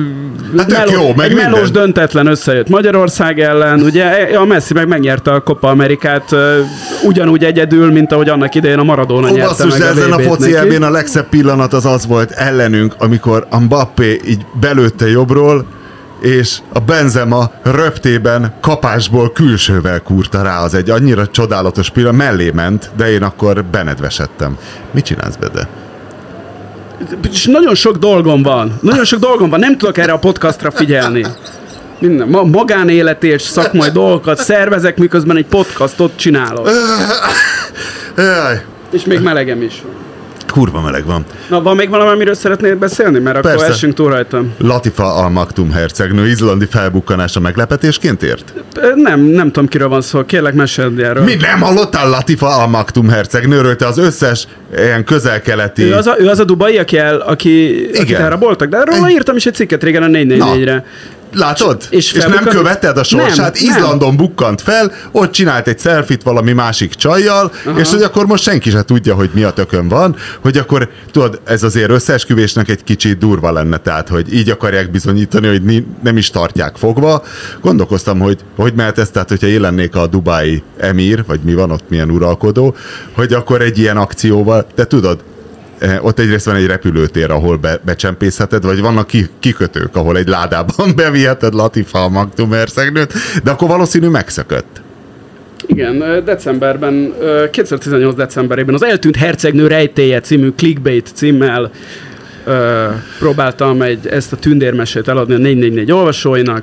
hát meló, jó, meg egy melós döntetlen összejött Magyarország ellen, ugye a Messi meg megnyerte a Copa Amerikát ugyanúgy egyedül, mint ahogy annak idején a Maradona Ó, nyerte basszus, meg de a ezen a foci neki. a legszebb pillanat az az volt ellenünk, amikor a Mbappé így belőtte jobbról, és a Benzema röptében kapásból külsővel kúrta rá, az egy annyira csodálatos pillanat, mellé ment, de én akkor benedvesedtem. Mit csinálsz, Bede? És nagyon sok dolgom van. Nagyon sok dolgom van. Nem tudok erre a podcastra figyelni. Minden. Ma, magánéleti és szakmai dolgokat szervezek, miközben egy podcastot csinálok. És még melegem is van. Kurva meleg van. Na, van még valami, amiről szeretnél beszélni? Mert akkor Persze. essünk túl rajtam. Latifa Al Maktoum hercegnő izlandi felbukkanása meglepetésként ért? Nem, nem tudom, kiről van szó. Kérlek, mesélj erről. Mi nem hallottál Latifa Al Maktoum hercegnőről? Te az összes ilyen közel-keleti... Ő az a, ő az a dubai, aki, el, aki, akit elraboltak? De róla írtam is egy cikket régen a négy négy négyre. Látod? És, és nem követted a sorsát? Nem, Izlandon nem. bukkant fel, ott csinált egy selfit valami másik csajjal, aha. és hogy akkor most senki se tudja, hogy mi a tökön van, hogy akkor tudod, ez azért összeesküvésnek egy kicsit durva lenne, tehát hogy így akarják bizonyítani, hogy nem is tartják fogva. Gondolkoztam, hogy hogy mehet ez, tehát hogyha én lennék a dubai emír, vagy mi van ott, milyen uralkodó, hogy akkor egy ilyen akcióval, te tudod, ott egyrészt van egy repülőtér, ahol be, becsempészheted, vagy vannak ki, kikötők, ahol egy ládában beviheted Latifa Al Maktoum hercegnőt, de akkor valószínű megszökött. Igen, decemberben, kétezer-tizennyolc decemberében az Eltűnt hercegnő rejtélye című clickbait címmel próbáltam egy, ezt a tündérmesét eladni a négy négy négy olvasóinak,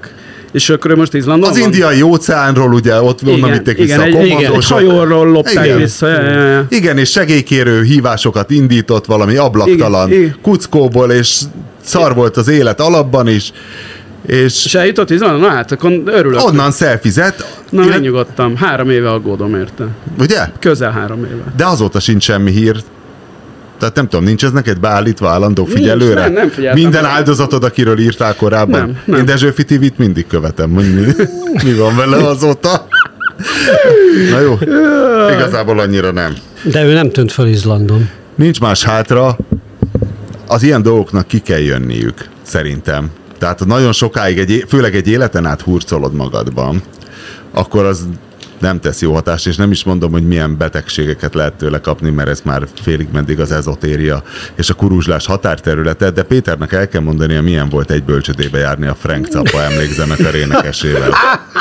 És akkor most Izlandon Az van? indiai óceánról, ugye, ott onnan vitték vissza igen, a egy, igen, egy hajóról lopták igen. vissza. Ja, ja, ja. Igen, és segélykérő hívásokat indított valami ablaktalan Igen, igen. kuckóból, és szar volt az élet alapban is, és, És eljutott Izlandon? Na hát, akkor örülök. onnan szelfizett. Na, illet- megnyugodtam. Három éve aggódom érte. Ugye? Közel három éve. De azóta sincs semmi hír. Tehát nem tudom, nincs ez neked beállítva állandó figyelőre? nem, nem figyeltem. Minden áldozatod, akiről írtál korábban? Nem, nem. Én Dezsőfi té vét mindig követem, hogy mi, mi van vele azóta. Na jó, igazából annyira nem. De ő nem tűnt fel Izlandon. Nincs más hátra, az ilyen dolgoknak ki kell jönniük, szerintem. Tehát nagyon sokáig, egy, főleg egy életen át hurcolod magadban, akkor az nem tesz jó hatást, és nem is mondom, hogy milyen betegségeket lehet tőle kapni, mert ez már félig meddig az ezotéria és a kuruzslás határterülete, de Péternek el kell mondania, milyen volt egy bölcsödébe járni a Frank Zappa emlékzenekar énekesével.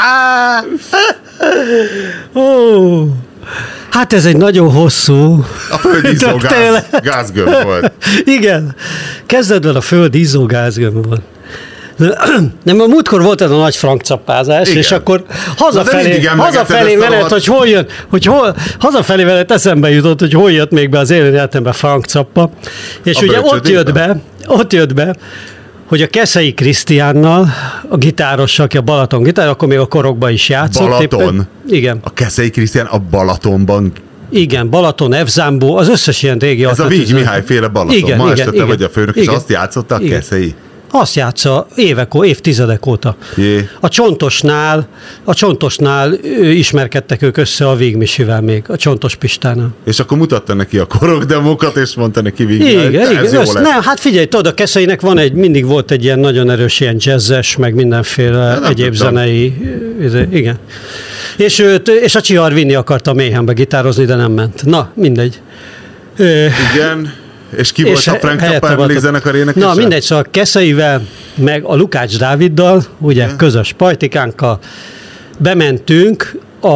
Ó, hát ez egy nagyon hosszú... A föld izzó gáz, gázgömb volt. Igen, kezdetben a föld izzó gázgömb volt. Nem, a múltkor volt ez a nagy frankcappázás, Igen. és akkor Na, hazafelé, de mindig emlegeted hazafelé ezt a menet, rohadt- hogy hol jön, hogy hol, hazafelé menet eszembe jutott, hogy hol jött még be az élő életemben frankcappa, és A ugye ott bölcsödébe? jött be, ott jött be, hogy a Keszei Krisztiánnal, a gitárossal, aki a Balaton gitár, akkor még a korokban is játszott. Balaton? Éppen, igen. A Keszei Krisztián a Balatonban. Igen, Balaton, Evzámbó, az összes ilyen régi Ez a Víg Mihály féle Balaton. Igen, Ma igen, este te igen. vagy a főnök, és Igen. azt játszotta a Igen. Keszei. Azt játsza évek, ó- évtizedek óta. Jé. A Csontosnál, a Csontosnál ő, ismerkedtek ők össze a Végmisivel még, a Csontos Pistánál. És akkor mutatta neki a korokdemókat, és mondta neki Víg Igen, Mihály, igen. ez jó Össz, lesz. nem, hát figyelj, tudod, a Keszeinek van egy, mindig volt egy ilyen nagyon erős ilyen jazzes, meg mindenféle nem egyéb tudtam. zenei, izé, igen. És, őt, és a Csihar vinni akarta méhenbe gitározni, de nem ment. Na, mindegy. Ö, Igen. És ki volt és a Frank helyette Zappa volt a- emlékzenekar énekese? Na mindegy, szóval Keszeivel, meg a Lukács Dáviddal, ugye Igen. közös pajtikánkkal bementünk a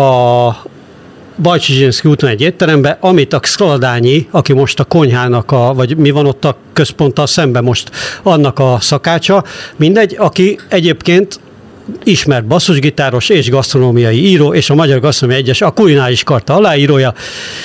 Bajcsi Zsinszky úton egy étterembe, amit a Szkaladányi, aki most a konyhának, a, vagy mi van ott a központtal szemben most, annak a szakácsa, mindegy, aki egyébként ismert basszusgitáros és gasztronómiai író, és a Magyar Gasztronómiai Egyes, a kulináris karta aláírója,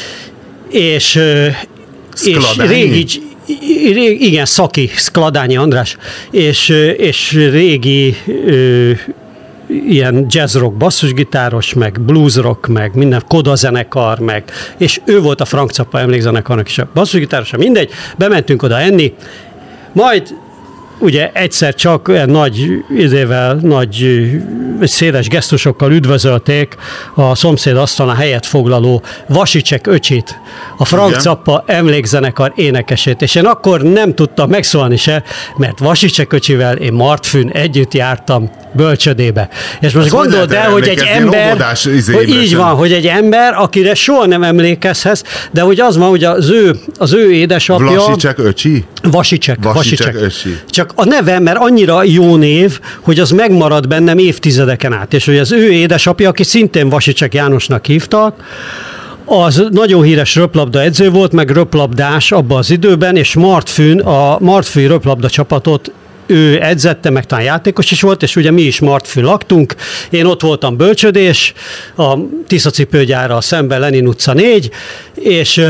és, ö, és Szkladányi? régi, régi, igen, Szaki, Szkladányi András, és, ö, és régi ö, ilyen jazzrock basszusgitáros, meg bluesrock, meg minden Koda zenekar, meg, és ő volt a Frank Zappa emlékzenekarnak is a basszusgitárosa, mindegy, bementünk oda enni, majd ugye egyszer csak olyan nagy idével, nagy széles gesztusokkal üdvözölték a szomszéd asztalán helyet foglaló Vasicsek öcsit, a Frank Igen. Zappa emlékzenekar énekesét, és én akkor nem tudtam megszólalni se, mert Vasicsek öcsivel én Martfűn együtt jártam bölcsödébe. És most Ezt hogy gondold lehet el, hogy egy emlékezni? ember, Óvodás hogy izéimre így sem. van, hogy egy ember, akire soha nem emlékezhez, de hogy az van, hogy az ő, az ő édesapja... Vlasicsek öcsi? Vasicsek, Vasicsek Vasicsek. öcsi. Csak a neve, mert annyira jó név, hogy az megmarad bennem évtizedeken át. És hogy az ő édesapja, aki szintén Vasicsek Jánosnak hívtak, az nagyon híres röplabda edző volt, meg röplabdás abban az időben, és Martfűn, a Martfűi röplabda csapatot ő edzette, meg talán játékos is volt, és ugye mi is Martfűn laktunk. Én ott voltam bölcsödés, a Tiszacipőgyárral szemben Lenin utca négy, és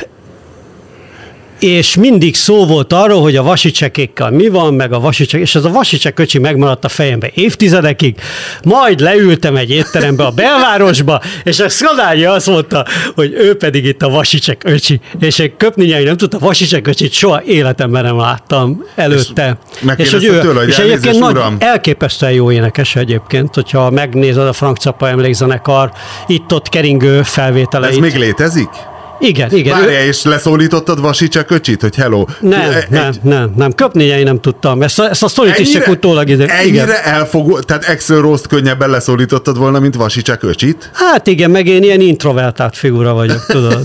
és mindig szó volt arról, hogy a Vasicsekékkal mi van, meg a Vasicsek, és ez a Vasicsek öcsi megmaradt a fejembe évtizedekig, majd leültem egy étterembe a belvárosba, és a Szkladányi azt mondta, hogy ő pedig itt a Vasicsek öcsi, és egy köpninyei nem tudta, Vasicsek öcsit soha életemben nem láttam előtte. És, hogy ő, tőle, hogy és egyébként elnézést, nagy, uram. elképesztően jó énekes egyébként, hogyha megnézed a Frank Zappa emlékzenekar itt-ott keringő felvételeit. Ez még létezik? Igen, igen. ő- Várjál, és leszólítottad Vasicsek öcsit, hogy hello? Nem, Egy- nem, nem, nem. Köpninyei nem tudtam. Ezt a, ezt a sztorit is csak Ennyire- utólag ide. Igen. Ennyire elfogó, tehát Axl Rose-t könnyebben leszólítottad volna, mint Vasicsek öcsit? Hát igen, meg én ilyen introvertált figura vagyok, tudod.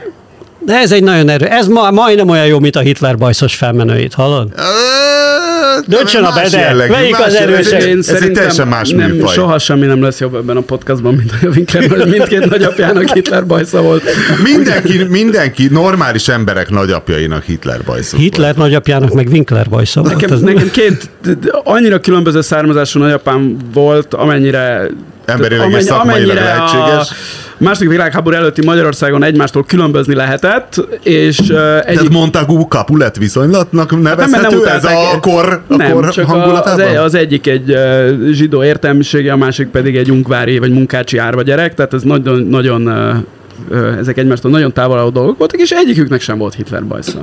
De ez egy nagyon erő. Ez ma, majdnem olyan jó, mint a Hitler bajszos felmenőit, hallod? Ö, Döntsön a bedel. Melyik az erősebb? Én ez egy teljesen más nem, műfaj. soha semmi nem lesz jobb ebben a podcastban, mint a Winkler, mindkét nagyapjának Hitler bajsza volt. Mindenki, mindenki, normális emberek nagyapjainak Hitler bajszuk Hitler volt. nagyapjának meg Winkler bajsza volt. Nekem, nekem két annyira különböző származású nagyapám volt, amennyire Emberileg és szakmailag lehetséges. A második világháború előtti Magyarországon egymástól különbözni lehetett, és uh, egyik... Tehát Montagu Capulet viszonylatnak nevezhető hát ez a kor, a nem, kor csak hangulatában? Az, az egyik egy uh, zsidó értelmiségi, a másik pedig egy ungvári vagy munkácsi árva gyerek, tehát ez nagyon, nagyon uh, uh, ezek egymástól nagyon távol álló dolgok voltak, és egyiküknek sem volt Hitler bajsza.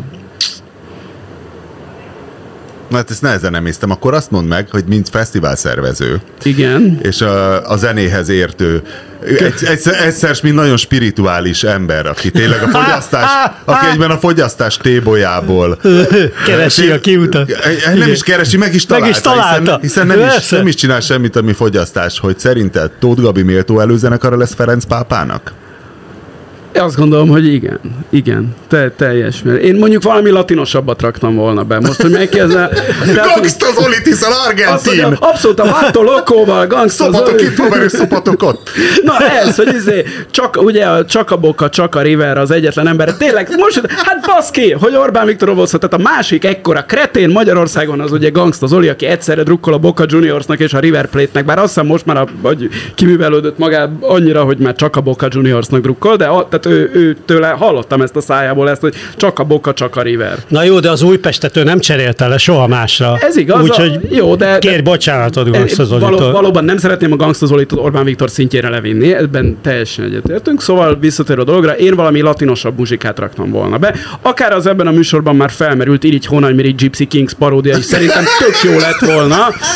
Hát ezt nehezen nem észtem. Akkor azt mondd meg, hogy mint fesztivál szervező. Igen. És a, a zenéhez értő. Egy, egyszer, egyszer, mint nagyon spirituális ember, aki tényleg a fogyasztás, aki egyben a fogyasztás tébolyából keresi a kiutat. Nem Igen. is keresi, meg is találta. Meg is találta. Hiszen, hiszen nem, is, nem is csinál semmit, ami fogyasztás. Hogy szerinted Tóth Gabi méltó előzenekara lesz Ferenc pápának? Azt gondolom, hogy igen. Igen. Te, teljes. Én mondjuk valami latinosabbat raktam volna be. Most, hogy megkezzel... Gangsta Zolit, hiszen argentin! Azt, abszolút a Vato Lokóval, Gangsta Zolit. Szopatok itt, haver, és szopatok ott. Na ez, hogy izé, csak, ugye, csak a Boca, csak a River az egyetlen ember. Tényleg, most, hát baszki, hogy Orbán Viktor oboszhat, tehát a másik ekkora kretén Magyarországon az ugye Gangsta Zoli, aki egyszerre drukkol a Boca Juniorsnak és a River Plate-nek, bár azt hiszem most már a, hogy kiművelődött magába annyira, hogy már csak a Boca Juniorsnak drukkol, de a, tehát ő, ő tőle hallottam ezt a szájából ezt, hogy csak a Boca, csak a River. Na jó, de az Újpestet ő nem cserélte le soha másra. Ez igaz. Úgyhogy jó, de... kérj bocsánatot Gangsta Zolitól. Való, valóban nem szeretném a Gangsta Zolitot Orbán Viktor szintjére levinni, ebben teljesen egyetértünk, szóval visszatérő a dologra, én valami latinosabb muzsikát raktam volna be. Akár az ebben a műsorban már felmerült Irigy Hónagymirigy Gypsy Kings paródia is szerintem tök jó lett volna.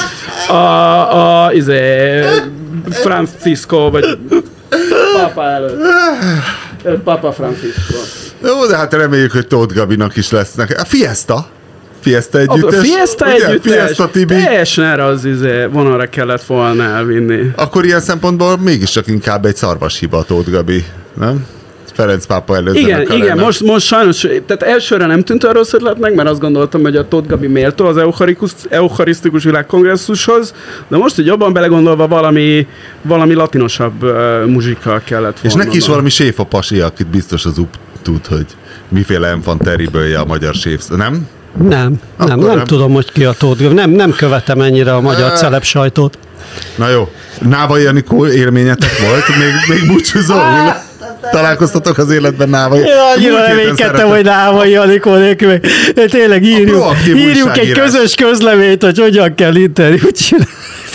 A, a izé, Francisco, vagy Papa előtt. Papa Francisco. Jó, de hát reméljük, hogy Tóth Gabinak is lesznek. A Fiesta. Fiesta együttes. A Fiesta ugye? együttes. Fiesta Tibi. Teljesen erre az izé, vonalra kellett volna elvinni. Akkor ilyen szempontból mégiscsak inkább egy szarvas hiba Tóth Gabi, nem? Ferenc pápa előtt. Igen, igen, most, most sajnos, tehát elsőre nem tűnt a rossz ötletnek, mert azt gondoltam, hogy a Tóth Gabi méltó az eucharisztikus világkongresszushoz, de most így jobban belegondolva valami, valami latinosabb uh, muzsika kellett volna. És neki is valami séfa pasi, akit biztos az up tud, hogy miféle enfant terribölje a magyar séfsz, nem? Nem, nem, nem, nem tudom, hogy ki a Tóth Gabi. Nem, nem követem ennyire a magyar celeb sajtót. Na jó, Návai Anikó élményetek volt, még, még búcsúzó. Találkoztatok az életben Návai. Én annyira reménykedtem, hogy Návai Anikó nélkül, meg tényleg írjuk, írjuk egy közös közleményt, hogy hogyan kell interjút csinálni.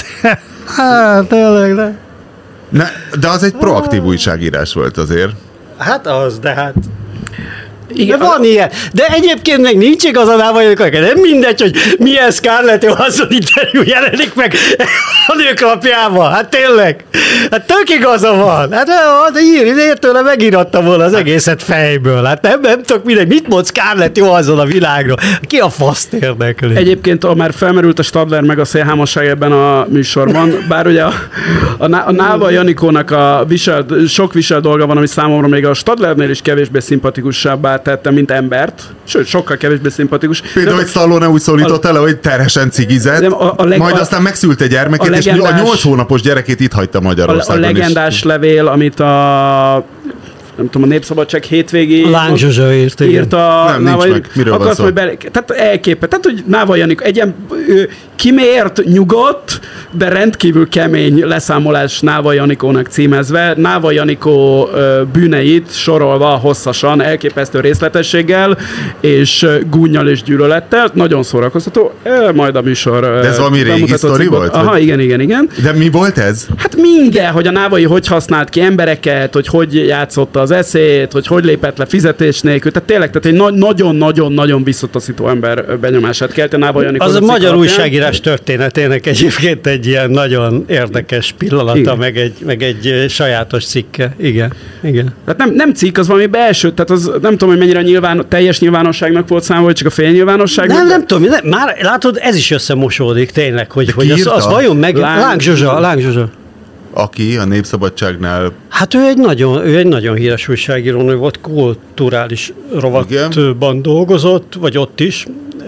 Hát, tényleg, ne. Ne, de az egy proaktív újságírás volt azért. Hát az, de hát... Igen, de van ilyen. De egyébként meg nincs igazán, vagy nem mindegy, hogy milyen Scarlett Johansson interjú jelenik meg a nőklapjában. Hát tényleg. Hát tök igaza van. Hát de ír, értőle megíratta volna az egészet fejből. Hát nem, nem tudok mindegy. Mit mond Scarlett Johansson a világról? Ki a faszt érdekli? Egyébként a, már felmerült a Stadler meg a szélhámosság ebben a műsorban, bár ugye a, a, a Návai Anikónak a visel, sok visel dolga van, ami számomra még a Stadlernél is kevésbé szimpatikusabbá tette, mint embert. Sőt, sokkal kevésbé szimpatikus. Például, hogy Stallone úgy szólított el, hogy terhesen cigizett, a, a leg, majd aztán megszülte gyermekét, a legendás, és a nyolc hónapos gyerekét itt hagyta Magyarországon. A, a legendás is. Levél, amit a nem tudom, a Népszabadság hétvégi... Láng Zsuzsa írt, írt a... Nem, nincs meg. Miről van szó? Bele, tehát elképet. Tehát, hogy Návai Anikó, egy ilyen kimért, nyugodt, de rendkívül kemény leszámolás Návai Anikónak címezve. Návai Anikó bűneit sorolva hosszasan, elképesztő részletességgel, és gúnnyal és gyűlölettel. Nagyon szórakoztató. Majd a műsor... De ez valami régi sztori volt? Aha, igen, igen, igen. De mi volt ez? Hát minden, hogy a Návai hogy használt ki embereket, hogy hogy játszotta az eszét, hogy hogy lépett le fizetés nélkül. Tehát tényleg, tehát egy nagyon-nagyon-nagyon visszataszító ember benyomását kelt a Návai Anikó. Az a magyar újságírás történetének egyébként egy ilyen nagyon érdekes pillanata, igen. meg egy, meg egy sajátos cikke. Igen, igen. Tehát nem, nem cikk, az valami belső, tehát az nem tudom, hogy mennyire nyilván, teljes nyilvánosságnak volt számolva, vagy csak a fél nyilvánosságnak. Nem, nem tudom, nem, már látod, ez is összemosódik tényleg, hogy, hogy az, az vajon meg... Láng Zsuzsa, Láng Zsuzsa. Aki a Népszabadságnál... Hát ő egy nagyon, ő egy nagyon híres újságíró, ő volt kulturális rovatban dolgozott, vagy ott is,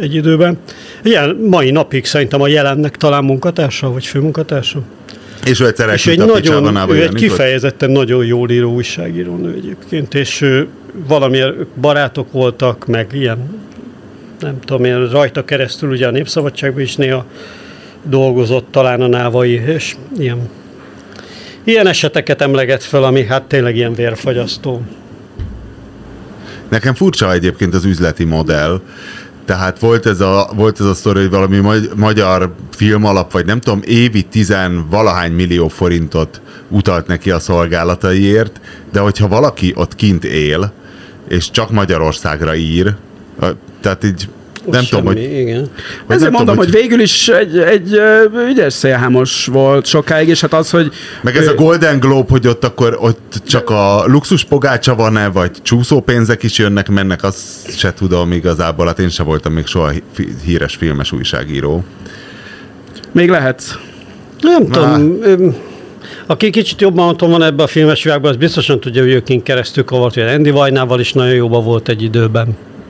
egy időben. Ilyen, mai napig szerintem a Jelennek talán munkatársa, vagy főmunkatársa. És ő egyszer és egy nagyon, ő egy kifejezetten nagyon jól író újságíró nő egyébként, és ő, valamilyen barátok voltak, meg ilyen, nem tudom, ilyen rajta keresztül ugye a Népszabadságban is néha dolgozott, talán a Návai, és ilyen, ilyen eseteket emleget fel, ami hát tényleg ilyen vérfagyasztó. Nekem furcsa egyébként az üzleti modell. Tehát volt ez a, volt ez a sztori, hogy valami magyar filmalap, vagy nem tudom, évi tizenvalahány millió forintot utalt neki a szolgálataiért, de hogyha valaki ott kint él, és csak Magyarországra ír, tehát így nem semmi, tudom, hogy... Igen. Hogy ezért mondom, hogy... hogy végül is egy, egy ügyes szélhámos volt sokáig, és hát az, hogy... Meg ez ő... a Golden Globe, hogy ott akkor ott csak a luxus pogácsa van-e, vagy csúszópénzek is jönnek, mennek, azt se tudom igazából, hát én sem voltam még soha híres filmes újságíró. Még lehetsz. Nem tudom... Aki kicsit jobban otthon van ebben a filmes világban, az biztosan tudja, hogy őkin keresztül kavart, hogy Andy Vajnával is nagyon jóban volt egy időben.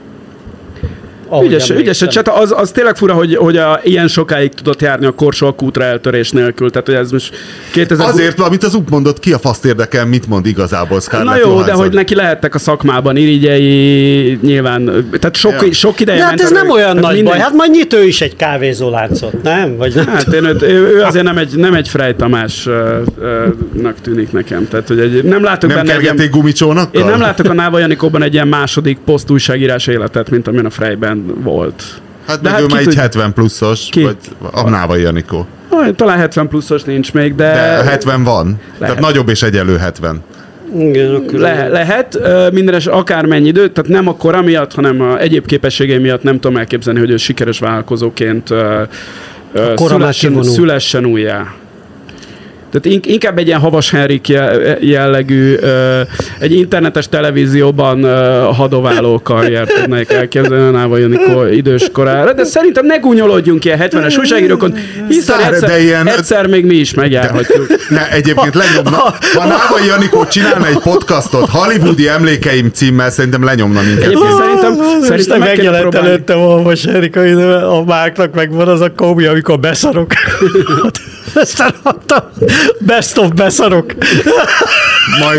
Ügyes, ügyes, csak az, az tényleg fura, hogy, hogy a, ilyen sokáig tudott járni a Korsalkútra eltörés nélkül. Tehát, hogy ez most kétezer... Azért, amit az ú pé mondott, ki a faszt érdekel, mit mond igazából Scarlett Na jó, Johansson. de hogy neki lehettek a szakmában irigyei, nyilván, tehát sok, ja. sok ideje ja, ment. Hát ez nem olyan hát nagy minden... baj, hát majd nyit ő is egy kávézóláncot, nem? Vagy nem? Hát én, ő, ő azért nem egy, nem egy Frey Tamásnak tűnik nekem. Tehát, hogy egy, nem látok nem benne egy ilyen... gumicsónakkal? Én nem látok a Náva Janikóban egy ilyen második posztújságírás életet, mint amilyen a Freyben volt. Hát de meg hát ő már egy hetven pluszos, ki? Vagy a Návai Janikó. Talán hetven pluszos nincs még, de... De hetven van. Lehet. Tehát nagyobb és egyenlő hetven. Igen, Le, lehet, minden es akármennyi idő, tehát nem a kora miatt, hanem a egyéb képességei miatt nem tudom elképzelni, hogy ő sikeres vállalkozóként szülessen, szülessen újjá. Tehát inkább egy ilyen Havas Henrik jellegű, egy internetes televízióban hadováló karriert tudnék elképzelni a Návai Janikó idős korára, de szerintem ne gúnyolódjunk ilyen hetvenes újságírókon, hiszen egyszer, ilyen... egyszer még mi is megjárhatjuk. Ne, egyébként lenyomna, ha Návai Janikó csinálna egy podcastot Hollywoodi Emlékeim címmel, szerintem lenyomna minket. Egyébként szerintem, szerintem meg megjelent előttem a Havas Henrik, a Márknak megvan az a kombi, amikor beszarok. Összeraktam. Best of beszarok. Majd...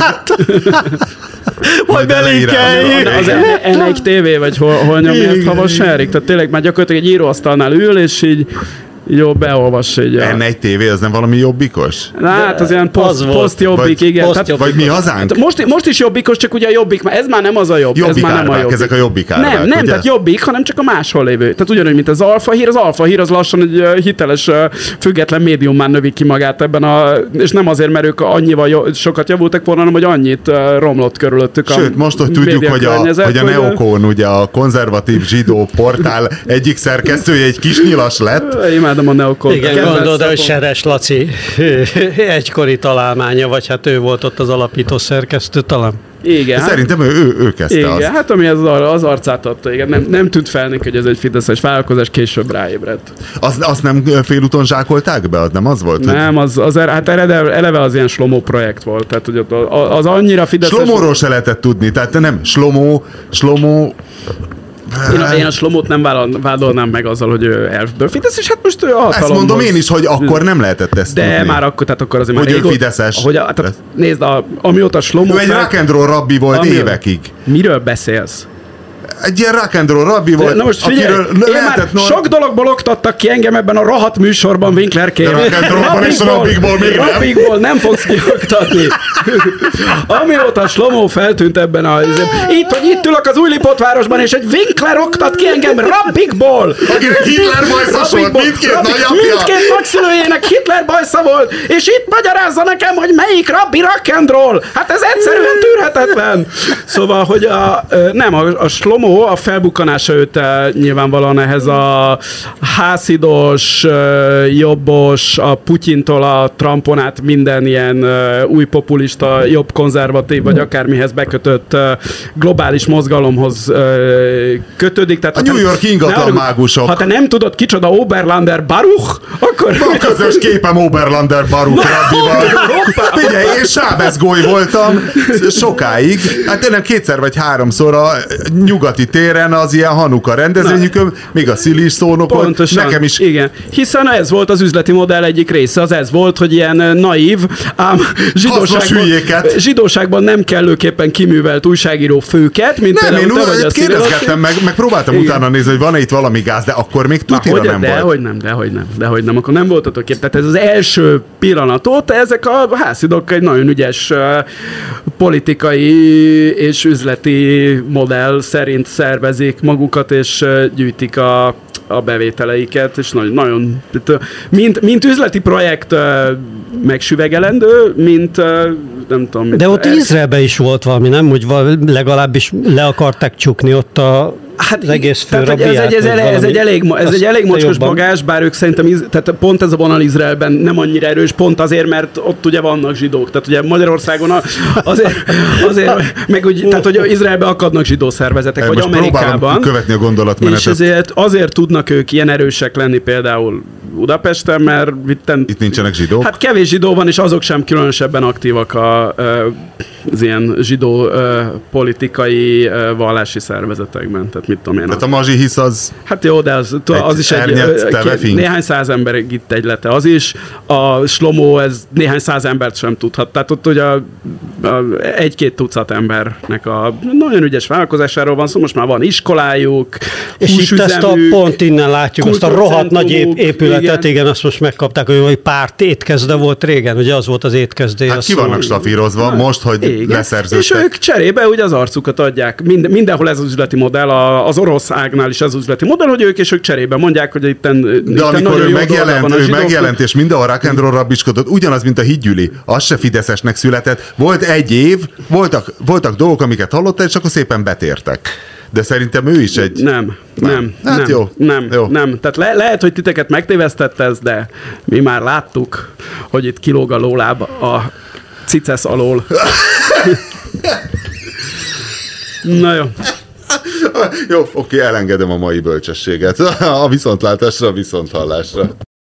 Majd belinkeljük. Az en egy té vé, vagy hol, hol nyomja ezt Havas Henrik? Tehát tényleg már gyakorlatilag egy íróasztalnál ül, és így jó, beolvassa így. en egy té vé, az nem valami jobbikos? Na, hát az ilyen poszt, poszt jobbik, vagy, igen. Poszt tehát, vagy mi hazánk? Most, most is jobbikos, csak ugye a jobbik, ez már nem az a jobb. Jobbik ez már árvák, nem a jobbik. Ezek a jobbik árvák, Nem, nem, ugye? tehát jobbik, hanem csak a máshol lévő. Tehát ugyanúgy, mint az Alfa Hír, az Alfa Hír az lassan egy hiteles, független médium már növi ki magát ebben a, és nem azért, mert ők annyival jó, sokat javultak volna, hanem hogy annyit romlott körülöttük. Sőt, most, hogy tudjuk, hogy a, hogy a Neokon, ugye a konzervatív zsidó portál egyik szerkesztője egy kis nyilas lett. Imádom a Neokon. Igen, gondolod, hogy Seres Laci egykori találmánya, vagy hát ő volt ott az alapító szerkesztő talán. Igen. Szerintem ő, ő, ő kezdte igen, azt. hát ami az, az arcát adta, igen. Nem, nem tűnt fel neki, hogy ez egy fideszes vállalkozás, később ráébredt. Azt, azt nem félúton zsákolták be? Az nem az volt? Nem, az, az hát eleve az ilyen Slomó projekt volt. Tehát, hogy az annyira fideszes... Slomóról se lehetett tudni, tehát nem, Slomó, Slomó... Én a, én a Slomót nem vádolnám meg azzal, hogy ő elfből Fidesz, és hát most ő hatalomhoz... Ezt mondom én is, hogy akkor nem lehetett ezt De tudni. már akkor, tehát akkor azért hogy már ő fideszes. Ahogy a, tehát nézd, a, amióta Slomó... Ő egy rock and roll rabbi volt ami, évekig. Miről beszélsz? Egy ilyen rock and roll rabbi volt, na most figyelj, akiről lehetett... Nor... Sok dologból oktattak ki engem ebben a rohadt műsorban, Winkler kérem. De rock and rollban és a rabbikból még nem. Rabbikból nem fogsz kioktatni. Amióta Slomó feltűnt ebben a... Itt, hogy itt ülök az Újlipótvárosban, és egy Winkler oktat ki engem rabbikból. Akinek Hitler bajszas volt, mindkét nagyapja. Mindkét nagyszülőjének Hitler bajsza volt, és itt magyarázza nekem, hogy melyik rabbi rock and roll. Hát ez egyszerűen tűrhetetlen. Szóval, hogy a... Nem, a, a Slomó, a felbukkanása őt nyilvánvalóan ehhez a hászidos, jobbos, a Putyintól a Trumpon át minden ilyen új populista, jobb konzervatív, vagy akármihez bekötött globális mozgalomhoz kötődik. Tehát, a New York ingatlan mágusok. Ha te nem tudod, kicsoda Oberlander Baruch, akkor... Van közös képem Oberlander Baruch rabbival. Figyelj, én sábezgói voltam sokáig, hát tényleg kétszer vagy háromszor a nyugat nyugati téren az ilyen Hanuka rendezvényükön, még a Szili is szónokon. Pontosan, nekem is. Igen. Hiszen ez volt az üzleti modell egyik része, az ez volt, hogy ilyen naív, ám zsidóságban, zsidóságban nem kellőképpen kiművelt újságíró főket, mint nem, például én te vagy a kérdezgettem meg, meg próbáltam igen. utána nézni, hogy van-e itt valami gáz, de akkor még tutira nem de, volt. Hogy nem, de hogy nem, de hogy nem, akkor nem voltatok épp. Tehát ez az első pillanat óta, ezek a házidok egy nagyon ügyes uh, politikai és üzleti modell szerint szervezik magukat, és uh, gyűjtik a, a bevételeiket, és nagyon, nagyon mint, mint üzleti projekt uh, megsüvegelendő, mint uh, nem tudom. De ott Izraelben is volt valami, nem? Hogy legalábbis le akarták csukni ott a Hát az egész főrabiát. Ez, ez, ez, ez egy elég, ez egy elég mocskos bagás, bár ők szerintem, tehát pont ez a vonal Izraelben nem annyira erős, pont azért, mert ott ugye vannak zsidók. Tehát ugye Magyarországon azért, azért meg úgy, tehát hogy Izraelben akadnak zsidó szervezetek, vagy Amerikában. Követni a gondolatmenetet. És ezért azért tudnak ők ilyen erősek lenni például Budapesten, mert itten, itt nincsenek zsidók? Hát kevés zsidó van, és azok sem különösebben aktívak a, az ilyen zsidó politikai vallási szervezetekben. Tehát mit tudom én. Tehát a mazsihisz az... Hát jó, de az, az is egy... Ké, néhány száz ember itt egylete az is. A Slomó, ez néhány száz embert sem tudhat. Tehát ott ugye a, a, egy-két tucat embernek a nagyon ügyes vállalkozásáról van szó, most már van iskolájuk, és itt ezt a pont innen látjuk, azt a rohadt nagy épületet, igen. igen, azt most megkapták, hogy párt étkezde volt régen, ugye az volt az étkezde. Hát ki vannak stafírozva na, most, hogy igen. leszerződtek. És ők cserébe ugye az arcukat adják. Mind, mindenhol ez az üzleti modell, a, az orosz ágnál is ez az üzleti modell, hogy ők és ők cserébe mondják, hogy itten, de itten amikor ő megjelent, ő megjelent, és mindenhol rock and roll rabiskodott, ugyanaz, mint a Hídgyüli, az se fideszesnek született. Volt egy év, voltak, voltak dolgok, amiket hallottál, és akkor szépen betértek. De szerintem ő is egy... Nem, nem, hát nem, jó, nem, jó. nem. Tehát le, lehet, hogy titeket megtévesztett ez, de mi már láttuk, hogy itt kilóg a lóláb a cicesz alól. Na jó. Jó, oké, elengedem a mai bölcsességet. A viszontlátásra, a viszonthallásra.